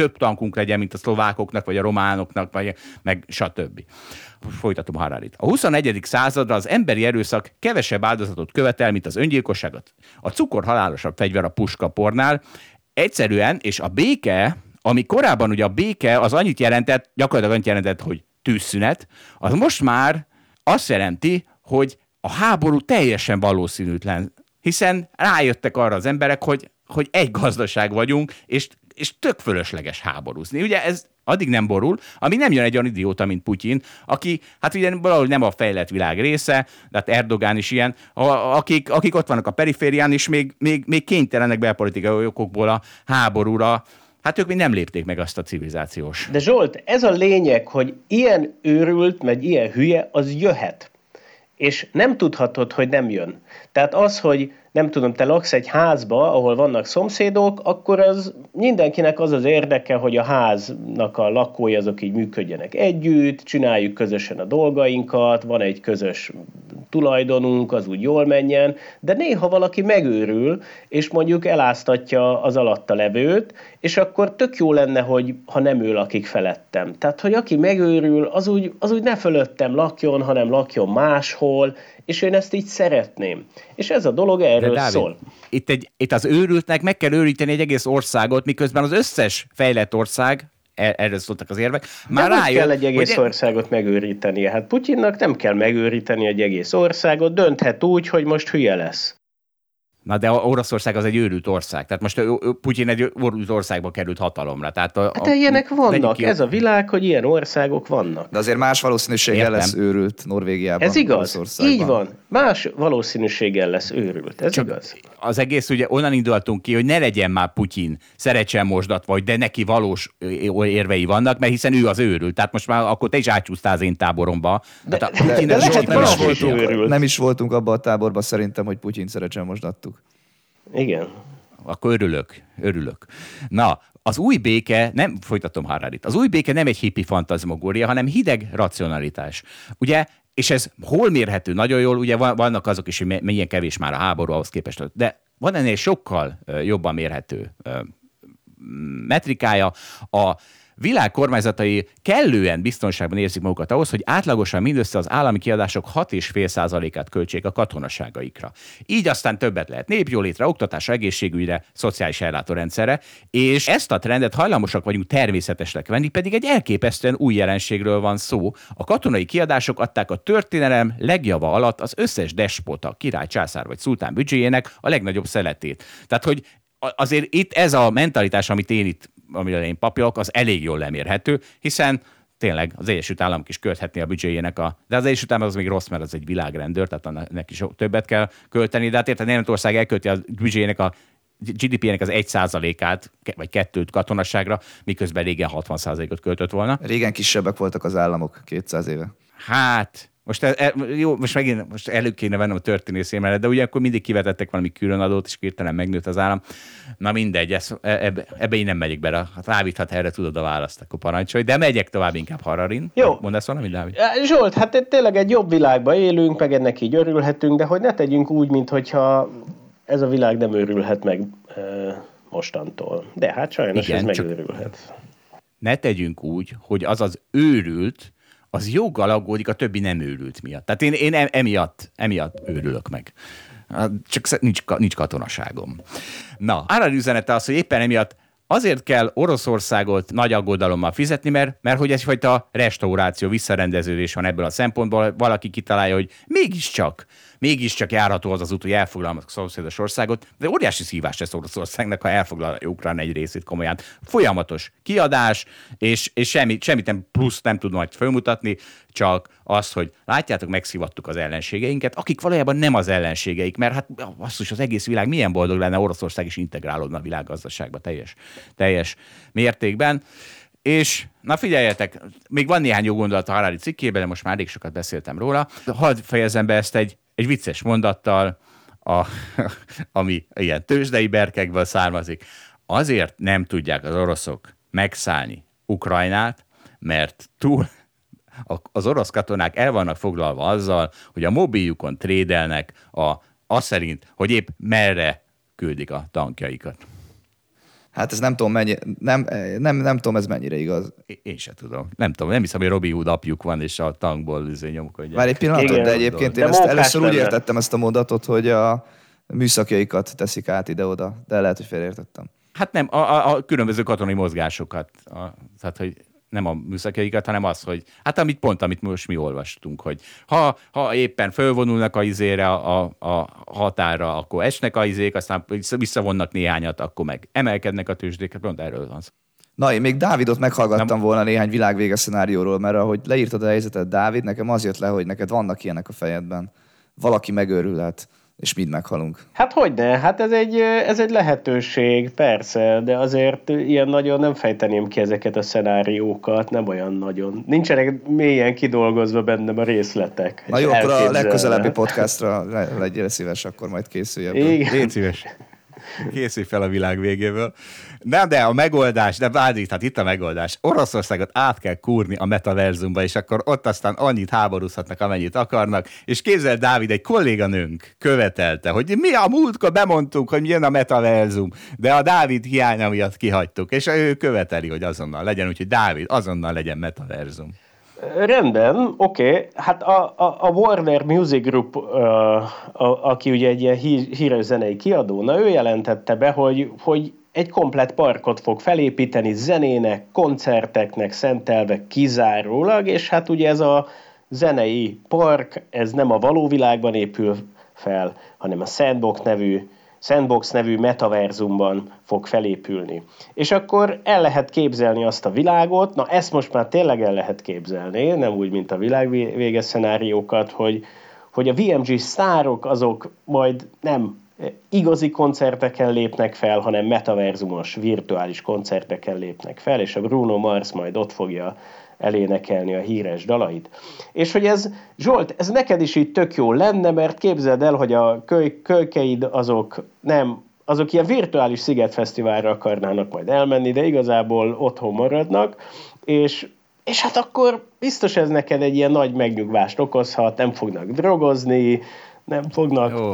[SPEAKER 2] több tankunk legyen, mint a szlovákoknak, vagy a románoknak, vagy meg stb. Folytatom Hararit. A huszonegyedik századra az emberi erőszak kevesebb áldozatot követel, mint az öngyilkosságot. A cukor halálosabb fegyver a puskapornál. Egyszerűen, és a béke, ami korábban ugye a béke az annyit jelentett, gyakorlatilag annyit jelentett, hogy tűzszünet, az most már azt jelenti, hogy a háború teljesen valószínűtlen, hiszen rájöttek arra az emberek, hogy, hogy egy gazdaság vagyunk, és, és tök fölösleges háborúzni. Ugye ez addig nem borul, amíg nem jön egy olyan idióta, mint Putyin, aki, hát ugye valahogy nem a fejlett világ része, de hát Erdogán is ilyen, a, akik, akik ott vannak a periférián, és még, még, még kénytelenek belpolitikai okokból a háborúra. Hát ők még nem lépték meg azt a civilizációs.
[SPEAKER 4] De Zsolt, ez a lényeg, hogy ilyen őrült, meg ilyen hülye, az jöhet. És nem tudhatod, hogy nem jön. Tehát az, hogy nem tudom, te laksz egy házba, ahol vannak szomszédok, akkor az mindenkinek az az érdeke, hogy a háznak a lakói azok így működjenek együtt, csináljuk közösen a dolgainkat, van egy közös tulajdonunk, az úgy jól menjen, de néha valaki megőrül, és mondjuk eláztatja az alatta levőt, és akkor tök jó lenne, hogy ha nem ő lakik felettem. Tehát, hogy aki megőrül, az úgy, az úgy ne fölöttem lakjon, hanem lakjon máshol, és én ezt így szeretném. És ez a dolog erről
[SPEAKER 2] Dávid,
[SPEAKER 4] szól.
[SPEAKER 2] Itt, egy, itt az őrültnek meg kell őríteni egy egész országot, miközben az összes fejlett ország, erről szóltak az érvek,
[SPEAKER 4] már rájön, hogy kell egy egész hogy... országot megőrítenie. Hát Putyinnak nem kell megőríteni egy egész országot, dönthet úgy, hogy most hülye lesz.
[SPEAKER 2] Na de Oroszország az egy őrült ország. Tehát most Putyin egy őrült országba került hatalomra. Tehát a,
[SPEAKER 4] hát ilyenek vannak. Ki... Ez a világ, hogy ilyen országok vannak.
[SPEAKER 3] De azért más valószínűséggel lesz őrült Norvégiában.
[SPEAKER 4] Ez igaz. Így van. Más valószínűséggel lesz őrült. Ez
[SPEAKER 2] csak
[SPEAKER 4] igaz.
[SPEAKER 2] Az egész ugye onnan indultunk ki, hogy ne legyen már Putyin szeretsen mosdat, vagy de neki valós érvei vannak, mert hiszen ő az őrült. Tehát most már akkor te is átcsúsztál az én táboromba.
[SPEAKER 4] De,
[SPEAKER 2] hát
[SPEAKER 4] de, de, de lehet,
[SPEAKER 3] nem, is voltunk, nem is voltunk abban a táborban szerintem, hogy Putyin szeretsen mosdattuk.
[SPEAKER 4] Igen.
[SPEAKER 2] Akkor örülök, örülök. Na, az új béke, nem folytatom Hararit, az új béke nem egy hippi fantazmagória, hanem hideg racionalitás. Ugye, és ez hol mérhető nagyon jól, ugye vannak azok is, hogy milyen kevés már a háború ahhoz képest, de van ennél sokkal jobban mérhető metrikája. A világ kormányzatai kellően biztonságban érzik magukat ahhoz, hogy átlagosan mindössze az állami kiadások hat egész öt százalékát költsék a katonaságaikra. Így aztán többet lehet népjólétre, oktatásra, egészségügyre, szociális ellátórendszerre, és ezt a trendet hajlamosak vagyunk természetesnek venni, pedig egy elképesztően új jelenségről van szó. A katonai kiadások adták a történelem legjava alatt az összes despota, király, császár vagy szultán büdzséjének a legnagyobb szeletét. Tehát, hogy azért itt ez a mentalitás, amit én itt amire én papírok, az elég jól lemérhető, hiszen tényleg az Egyesült Államok is költhetné a büdzséjének a... De az Egyesült Államok az még rossz, mert az egy világrendőr, tehát neki is többet kell költeni, de hát érted, Németország elkölti a büdzséjének a gé dé pé-nek az egy százalékát, vagy kettőt katonasságra, miközben régen hatvan százalékot költött volna.
[SPEAKER 3] Régen kisebbek voltak az államok kétszáz éve.
[SPEAKER 2] Hát... Most, el, jó, most megint most elő kéne vennem a történészémet, de ugye akkor mindig kivetettek valami különadót, és hirtelen megnőtt az állam. Na mindegy, ez, ebbe, ebbe én nem megyek bele. Hát rávíthat, erre tudod a választ, akkor parancsolj. De megyek tovább inkább Hararin.
[SPEAKER 4] Jó.
[SPEAKER 2] Mondasz valami, Dávid?
[SPEAKER 4] Zsolt, hát tényleg egy jobb világban élünk, meg ennek így örülhetünk, de hogy ne tegyünk úgy, mintha ez a világ nem őrülhet meg e, mostantól. De hát sajnos igen, ez megőrülhet.
[SPEAKER 2] Ne tegyünk úgy, hogy az az őrült, az joggal aggódik a többi nem őrült miatt. Tehát én, én emiatt, emiatt őrülök meg. Csak nincs, nincs katonaságom. Na, Harari üzenete az, hogy éppen emiatt azért kell Oroszországot nagy aggodalommal fizetni, mert, mert hogy egyfajta restauráció, visszarendeződés van ebből a szempontból. Valaki kitalálja, hogy mégiscsak, mégiscsak járható az az út, hogy elfoglalnak a szomszédos országot, de óriási szívás lesz Oroszországnak, ha elfoglalja Ukrán egy részét komolyan. Folyamatos kiadás, és, és semmit, semmit nem plusz nem tud majd felmutatni, csak az, hogy látjátok, megszivattuk az ellenségeinket, akik valójában nem az ellenségeik, mert hát basszus, az egész világ milyen boldog lenne, Oroszország is integrálódna a világgazdaságba teljes, teljes mértékben. És na figyeljetek, még van néhány jó gondolat a Harari cikkében, de most már elég sokat beszéltem róla. Hadd fejezem be ezt egy, egy vicces mondattal, a, ami ilyen tőzsdei berkekből származik. Azért nem tudják az oroszok megszállni Ukrajnát, mert túl az orosz katonák el vannak foglalva azzal, hogy a mobiljukon trédelnek a, az szerint, hogy épp merre küldik a tankjaikat.
[SPEAKER 3] Hát ez nem tudom, mennyi, nem, nem, nem tudom, ez mennyire igaz.
[SPEAKER 2] Én sem tudom. Nem tudom, nem hiszem, hogy Robin Hood apjuk van, és a tankból nyomkodják.
[SPEAKER 3] Már egy pillanatot,
[SPEAKER 4] Igen,
[SPEAKER 3] de egyébként
[SPEAKER 4] de
[SPEAKER 3] én ezt először
[SPEAKER 4] lenne.
[SPEAKER 3] úgy értettem ezt a mondatot, hogy a műszakjaikat teszik át ide-oda, de lehet, hogy félreértettem.
[SPEAKER 2] Hát nem, a, a, a különböző katonai mozgásokat. A, tehát, hogy nem a műszakjaikat, hanem az, hogy hát amit pont, amit most mi olvastunk, hogy ha, ha éppen fölvonulnak a izére a, a határra, akkor esnek a izék, aztán visszavonnak néhányat, akkor meg emelkednek a tőzsdék, pont erről van szó.
[SPEAKER 3] Na, én még Dávidot meghallgattam
[SPEAKER 2] Nem.
[SPEAKER 3] volna néhány világvége szenárióról, mert ahogy leírtad a helyzetet, Dávid, nekem az jött le, hogy neked vannak ilyenek a fejedben. Valaki megőrülhet, és mind meghalunk.
[SPEAKER 4] Hát hogyne, hát ez egy, ez egy lehetőség, persze, de azért ilyen nagyon nem fejteném ki ezeket a szenáriókat, nem olyan nagyon. Nincsenek mélyen kidolgozva bennem a részletek.
[SPEAKER 3] Na jó, akkor a legközelebbi podcastra legyél szíves, akkor majd készülj ebből.
[SPEAKER 4] Igen.
[SPEAKER 2] Légy szíves. Készülj fel a világ végéből. Nem, de a megoldás, de Bádi, hát itt a megoldás. Oroszországot át kell kúrni a metaverzumba, és akkor ott aztán annyit háborúzhatnak, amennyit akarnak. És képzeld, Dávid, egy kolléganőnk követelte, hogy mi a múltkor bemondtuk, hogy jön a metaverzum, de a Dávid hiánya miatt kihagytuk, és ő követeli, hogy azonnal legyen, úgyhogy Dávid, azonnal legyen metaverzum.
[SPEAKER 4] Rendben, oké. Okay. Hát a, a, a Warner Music Group, uh, a, aki ugye egy ilyen hí, híres zenei kiadó, na ő jelentette be, hogy, hogy egy komplett parkot fog felépíteni zenének, koncerteknek szentelve kizárólag, és hát ugye ez a zenei park, ez nem a való világban épül fel, hanem a Sandbox nevű Sandbox nevű metaverzumban fog felépülni. És akkor el lehet képzelni azt a világot, na ezt most már tényleg el lehet képzelni, nem úgy, mint a világvége szenáriókat, hogy, hogy a vé em gé sztárok azok majd nem igazi koncerteken lépnek fel, hanem metaverzumos, virtuális koncerteken lépnek fel, és a Bruno Mars majd ott fogja elénekelni a híres dalait. És hogy ez, Zsolt, ez neked is így tök jó lenne, mert képzeld el, hogy a köly- kölykeid azok nem, azok ilyen virtuális szigetfesztiválra akarnának majd elmenni, de igazából otthon maradnak, és, és hát akkor biztos ez neked egy ilyen nagy megnyugvást okozhat, nem fognak drogozni, nem fognak...
[SPEAKER 2] Jó.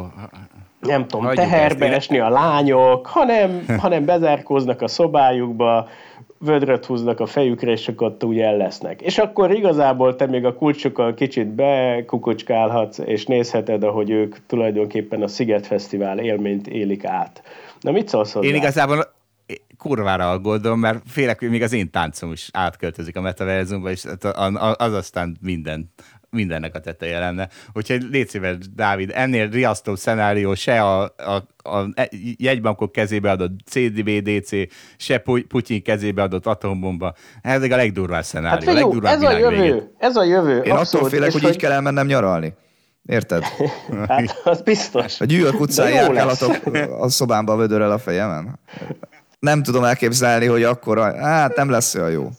[SPEAKER 4] nem tudom,
[SPEAKER 2] Hagyjuk
[SPEAKER 4] teherbe
[SPEAKER 2] ezt,
[SPEAKER 4] esni a lányok, hanem, hanem bezárkóznak a szobájukba, vödröt húznak a fejükre, és akkor ott úgy el lesznek. És akkor igazából te még a kulcsokkal kicsit bekukucskálhatsz, és nézheted, ahogy ők tulajdonképpen a Szigetfesztivál élményt élik át. Na mit szólsz hozzá?
[SPEAKER 2] Én igazából kurvára aggódom, mert félek, hogy még az én táncom is átköltözik a metaverzumba, és az aztán minden, mindennek a teteje lenne. Úgyhogy légy szíves, Dávid, ennél riasztó szenárió se a, a, a jegybankok kezébe adott cé dé bé cé, se Putyin kezébe adott atombomba. Ez a legdurvább szenárió.
[SPEAKER 4] Hát figyú, ez a jövő, ez a jövő.
[SPEAKER 3] Én
[SPEAKER 4] abszolút,
[SPEAKER 3] attól félek, hogy
[SPEAKER 4] hogy
[SPEAKER 3] így kell elmennem nyaralni. Érted?
[SPEAKER 4] Hát az biztos.
[SPEAKER 3] A New York utcán járkálhatok a szobámba vödörrel a fejemen. Nem tudom elképzelni, hogy akkor, hát nem lesz olyan jó.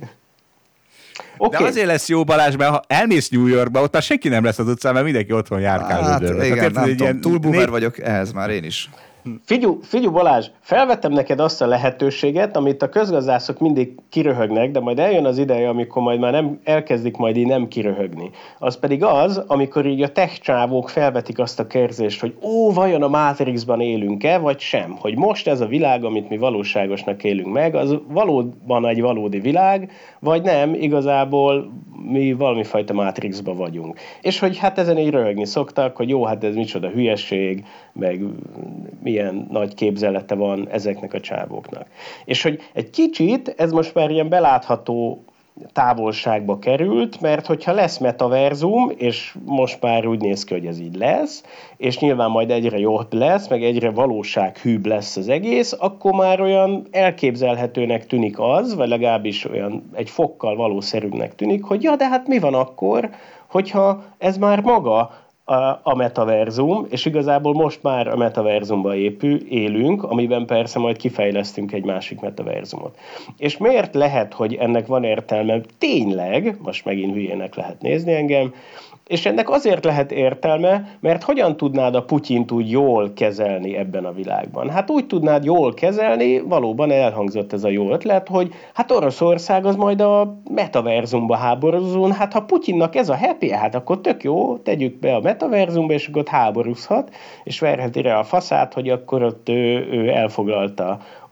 [SPEAKER 2] Okay. De azért lesz jó, Balázs, mert ha elmész New Yorkba, ott senki nem lesz az utcán, mert mindenki otthon járkál.
[SPEAKER 3] Hát
[SPEAKER 2] vödörrel.
[SPEAKER 3] igen,
[SPEAKER 2] Tehát,
[SPEAKER 3] nem tudom,
[SPEAKER 2] ilyen
[SPEAKER 3] túl boomer
[SPEAKER 2] nép...
[SPEAKER 3] vagyok ehhez már én is.
[SPEAKER 4] Figyú, figyú Balázs, felvettem neked azt a lehetőséget, amit a közgazdászok mindig kiröhögnek, de majd eljön az ideje, amikor majd már nem, elkezdik majd így nem kiröhögni. Az pedig az, amikor így a tech csávók felvetik azt a kérdést, hogy ó, vajon a Matrixban élünk-e, vagy sem? Hogy most ez a világ, amit mi valóságosnak élünk meg, az valóban egy valódi világ, vagy nem, igazából mi valamifajta Matrixba vagyunk. És hogy hát ezen így röhögni szoktak, hogy jó, hát ez micsoda hülyeség, meg milyen nagy képzelete van ezeknek a csávóknak. És hogy egy kicsit ez most már ilyen belátható távolságba került, mert hogyha lesz metaverzum, és most már úgy néz ki, hogy ez így lesz, és nyilván majd egyre jobb lesz, meg egyre valósághűbb lesz az egész, akkor már olyan elképzelhetőnek tűnik az, vagy legalábbis olyan egy fokkal valószerűbbnek tűnik, hogy ja, de hát mi van akkor, hogyha ez már maga a metaverzum, és igazából most már a metaverzumban épül, élünk, amiben persze majd kifejlesztünk egy másik metaverzumot. És miért lehet, hogy ennek van értelme? Tényleg, most megint hülyének lehet nézni engem, és ennek azért lehet értelme, mert hogyan tudnád a Putyint úgy jól kezelni ebben a világban? Hát úgy tudnád jól kezelni, valóban elhangzott ez a jó ötlet, hogy hát Oroszország az majd a metaverzumba háborúzón, hát ha Putyinnak ez a happy, hát akkor tök jó, tegyük be a metaverzumba, és akkor ott háborúzhat, és verheti rá a faszát, hogy akkor ott ő, ő elfoglalta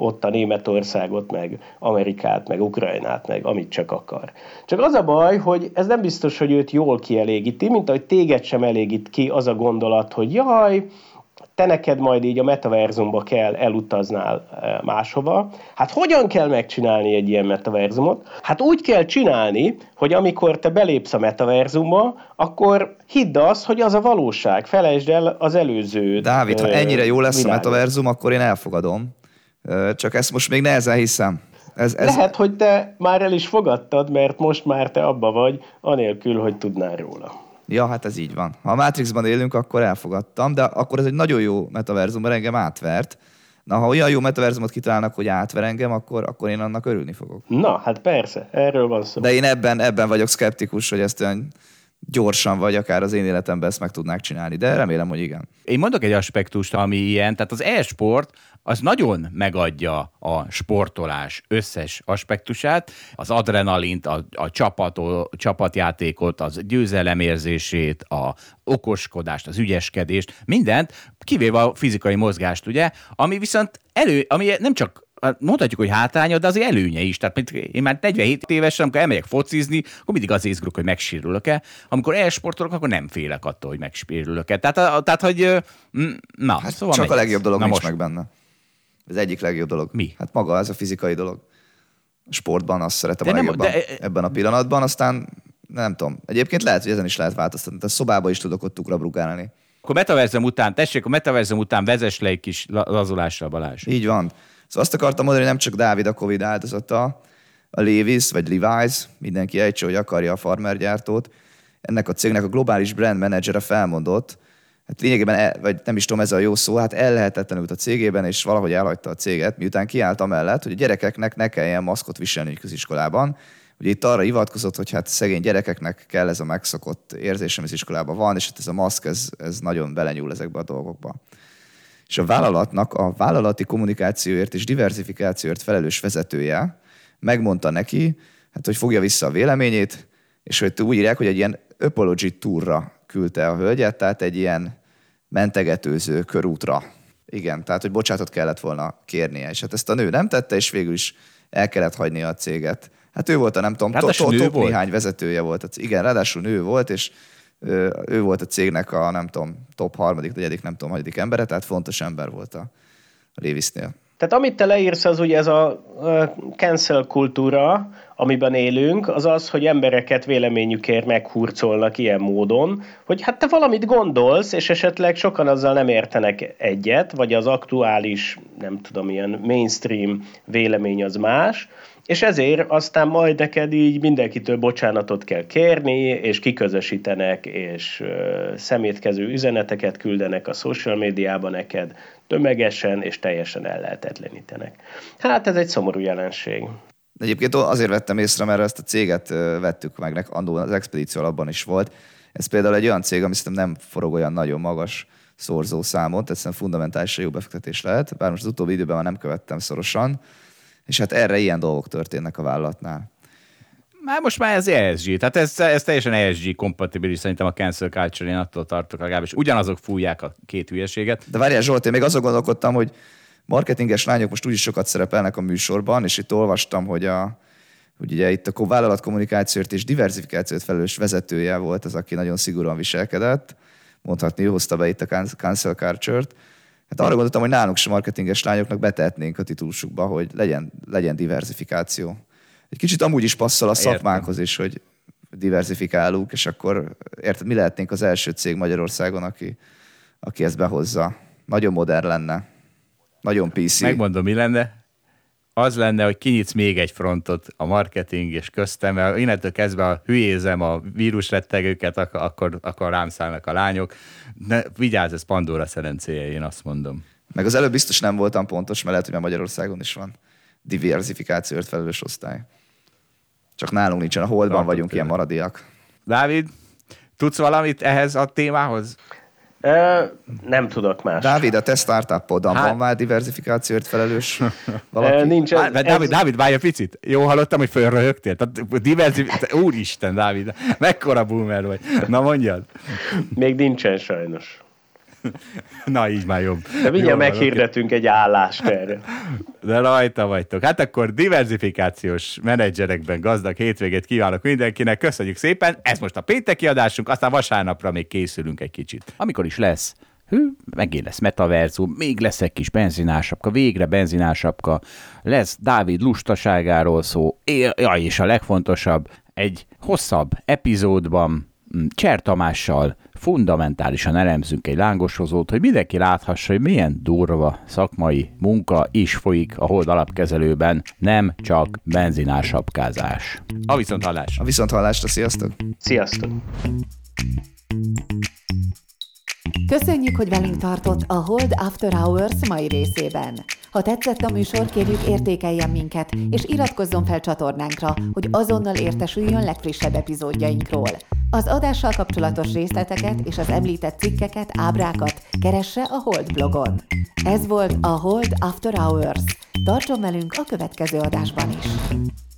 [SPEAKER 4] ott a Németországot, meg Amerikát, meg Ukrajnát, meg amit csak akar. Csak az a baj, hogy ez nem biztos, hogy őt jól kielégíti, mint ahogy téged sem elégít ki az a gondolat, hogy jaj, te neked majd így a metaverzumba kell elutaznál máshova. Hát hogyan kell megcsinálni egy ilyen metaverzumot? Hát úgy kell csinálni, hogy amikor te belépsz a metaverzumba, akkor hidd azt, hogy az a valóság. Felejtsd el az előző
[SPEAKER 3] Dávid, ha ennyire jó lesz
[SPEAKER 4] világot.
[SPEAKER 3] A metaverzum, akkor én elfogadom. Csak ezt most még nehezen hiszem. Ez, ez...
[SPEAKER 4] Lehet, hogy te már el is fogadtad, mert most már te abba vagy, anélkül, hogy tudnál róla.
[SPEAKER 3] Ja, hát ez így van. Ha a Matrixban élünk, akkor elfogadtam, de akkor ez egy nagyon jó metaverzum, mert engem átvert. Na, ha olyan jó metaverzumot kitalálnak, hogy átver engem, akkor, akkor én annak örülni fogok.
[SPEAKER 4] Na, hát persze, erről van szó.
[SPEAKER 3] De én ebben, ebben vagyok szkeptikus, hogy ezt olyan gyorsan, vagy akár az én életemben ezt meg tudnák csinálni, de remélem, hogy igen.
[SPEAKER 2] Én mondok egy aspektust, ami ilyen, tehát az e-sport az nagyon megadja a sportolás összes aspektusát, az adrenalint, a, a csapató, csapatjátékot, az győzelemérzését, a okoskodást, az ügyeskedést, mindent, kivéve a fizikai mozgást, ugye, ami viszont elő, ami nem csak mondhatjuk, hogy hátránya, de azért előnye is. Tehát én már negyvenhét évesen, amikor elmegyek focizni, akkor mindig az izgulok, hogy megsérülök-e. Amikor elsportolok, akkor nem félek attól, hogy megsérülök-e. Tehát, a, tehát hogy na,
[SPEAKER 3] hát
[SPEAKER 2] szóval
[SPEAKER 3] csak
[SPEAKER 2] megy.
[SPEAKER 3] a legjobb dolog
[SPEAKER 2] na
[SPEAKER 3] nincs
[SPEAKER 2] most.
[SPEAKER 3] meg benne. Az egyik legjobb dolog.
[SPEAKER 2] Mi?
[SPEAKER 3] Hát maga ez a fizikai dolog. A sportban azt szeretem
[SPEAKER 2] de
[SPEAKER 3] a legjobban
[SPEAKER 2] nem, de...
[SPEAKER 3] ebben a pillanatban, aztán nem tudom. Egyébként lehet, hogy ezen is lehet változtatni. A szobába is tudok ott ugrabrugálni.
[SPEAKER 2] Akkor metaverzum után, tessék, a metaverzum után vezess le egy kis lazulásra, Balázs.
[SPEAKER 3] Így van. Szóval azt akartam mondani, hogy nem csak Dávid a Covid áldozata, a Levi's vagy Levi's, mindenki ejtse, hogy akarja a farmergyártót. Ennek a cégnek a globális brand menedzsere felmondott, hát lényegében, el, vagy nem is tudom, ez a jó szó, hát ellehetetlenült a cégében, és valahogy elhagyta a céget, miután kiállt amellett, hogy a gyerekeknek ne kelljen maszkot viselni köziskolában. Ugye itt arra hivatkozott, hogy hát szegény gyerekeknek kell ez a megszokott érzésem, az iskolában van, és hát ez a maszk, ez, ez nagyon belenyúl ezekbe a dolgokba. És a vállalatnak a vállalati kommunikációért és diversifikációért felelős vezetője megmondta neki, hát, hogy fogja vissza a véleményét, és hogy úgy írják, hogy egy ilyen apology tourra küldte a hölgyet, tehát egy ilyen mentegetőző körútra. Igen, tehát, hogy bocsátot kellett volna kérnie. És hát ezt a nő nem tette, és végül is el kellett hagynia a céget. Hát ő volt a nem tudom, top néhány vezetője volt. Igen, ráadásul nő volt, és ő volt a cégnek a nem tudom, top harmadik, negyedik, nem tudom, hagyadik embere, tehát fontos ember volt a Levi'snél.
[SPEAKER 4] Tehát amit te leírsz, az ugye ez a cancel kultúra, amiben élünk, az az, hogy embereket véleményükért meghurcolnak ilyen módon, hogy hát te valamit gondolsz, és esetleg sokan azzal nem értenek egyet, vagy az aktuális, nem tudom, ilyen mainstream vélemény az más, és ezért aztán majd neked így mindenkitől bocsánatot kell kérni, és kiközösítenek, és uh, szemétkező üzeneteket küldenek a social médiába neked, tömegesen és teljesen ellehetetlenítenek. Hát ez egy szomorú jelenség.
[SPEAKER 3] Egyébként azért vettem észre, mert ezt a céget vettük meg, annól az expedíció alapban is volt. Ez például egy olyan cég, ami szerintem nem forog olyan nagyon magas szorzószámot, egyszerűen fundamentálisan jó befektetés lehet, bár most az utóbbi időben már nem követtem szorosan, és hát erre ilyen dolgok történnek a vállalatnál.
[SPEAKER 2] Már most már ez E S G, tehát ez, ez teljesen E S G kompatibilis, szerintem a cancel culture, én attól tartok legalábbis. Ugyanazok fújják a két hülyeséget.
[SPEAKER 3] De várjál Zsolt, én még azon gondolkodtam, hogy marketinges lányok most úgyis sokat szerepelnek a műsorban, és itt olvastam, hogy, a, hogy ugye itt a vállalatkommunikációért és diversifikációt felelős vezetője volt az, aki nagyon szigorúan viselkedett. Mondhatni, ő hozta be itt a cancel culture-t. Hát arra gondoltam, hogy nálunk sem marketinges lányoknak betehetnénk a titulusukba, hogy legyen, legyen diversifikáció. Egy kicsit amúgy is passzol a szakmánkhoz is, hogy diversifikálunk, és akkor érted, mi lehetnénk az első cég Magyarországon, aki, aki ezt behozza. Nagyon modern lenne. Nagyon pé cé.
[SPEAKER 2] Megmondom, mi lenne? Az lenne, hogy kinyitsz még egy frontot a marketing és köztem, mert innentől kezdve a hülyézem a vírusrettegőket, akkor, akkor rám szállnak a lányok. Ne, vigyázz, ez Pandora szerencéje, én azt mondom.
[SPEAKER 3] Meg az előbb biztos nem voltam pontos, mert lehet, hogy már Magyarországon is van diversifikációért felelős osztály. Csak nálunk nincsen, a holdban Tartok vagyunk tőle. Ilyen maradiak.
[SPEAKER 2] Dávid, tudsz valamit ehhez a témához?
[SPEAKER 4] Ö, nem tudok más.
[SPEAKER 3] Dávid, a te startupodban hát... van már diversifikációért felelős valaki?
[SPEAKER 4] Ö, nincsen.
[SPEAKER 2] Á, ez... Dávid, Dávid, várj egy picit. Jó hallottam, hogy fölröhögtél. Tehát diversif... Úristen, Dávid, mekkora boomer vagy. Na mondjad.
[SPEAKER 4] Még nincsen sajnos.
[SPEAKER 2] Na, így már jobb.
[SPEAKER 4] De mindjárt meghirdetünk egy állást erre.
[SPEAKER 2] De rajta vagytok. Hát akkor diversifikációs menedzserekben gazdag hétvégét kívánok mindenkinek. Köszönjük szépen. Ez most a pénteki adásunk, aztán vasárnapra még készülünk egy kicsit. Amikor is lesz, hű, megint lesz metaverzum, még lesz egy kis benzinársapka, végre benzinársapka, lesz Dávid lustaságáról szó, ja, és a legfontosabb, egy hosszabb epizódban Cser Tamással fundamentálisan elemzünk egy lángosozót, hogy mindenki láthassa, hogy milyen durva szakmai munka is folyik a Hold alapkezelőben, nem csak benzinársapkázás. A viszonthallás.
[SPEAKER 3] A viszonthallásra, sziasztok!
[SPEAKER 4] Sziasztok!
[SPEAKER 1] Köszönjük, hogy velünk tartott a Hold After Hours mai részében. Ha tetszett a műsor, kérjük értékeljen minket, és iratkozzon fel csatornánkra, hogy azonnal értesüljön legfrissebb epizódjainkról. Az adással kapcsolatos részleteket és az említett cikkeket, ábrákat keresse a Hold blogon. Ez volt a Hold After Hours. Tartson velünk a következő adásban is!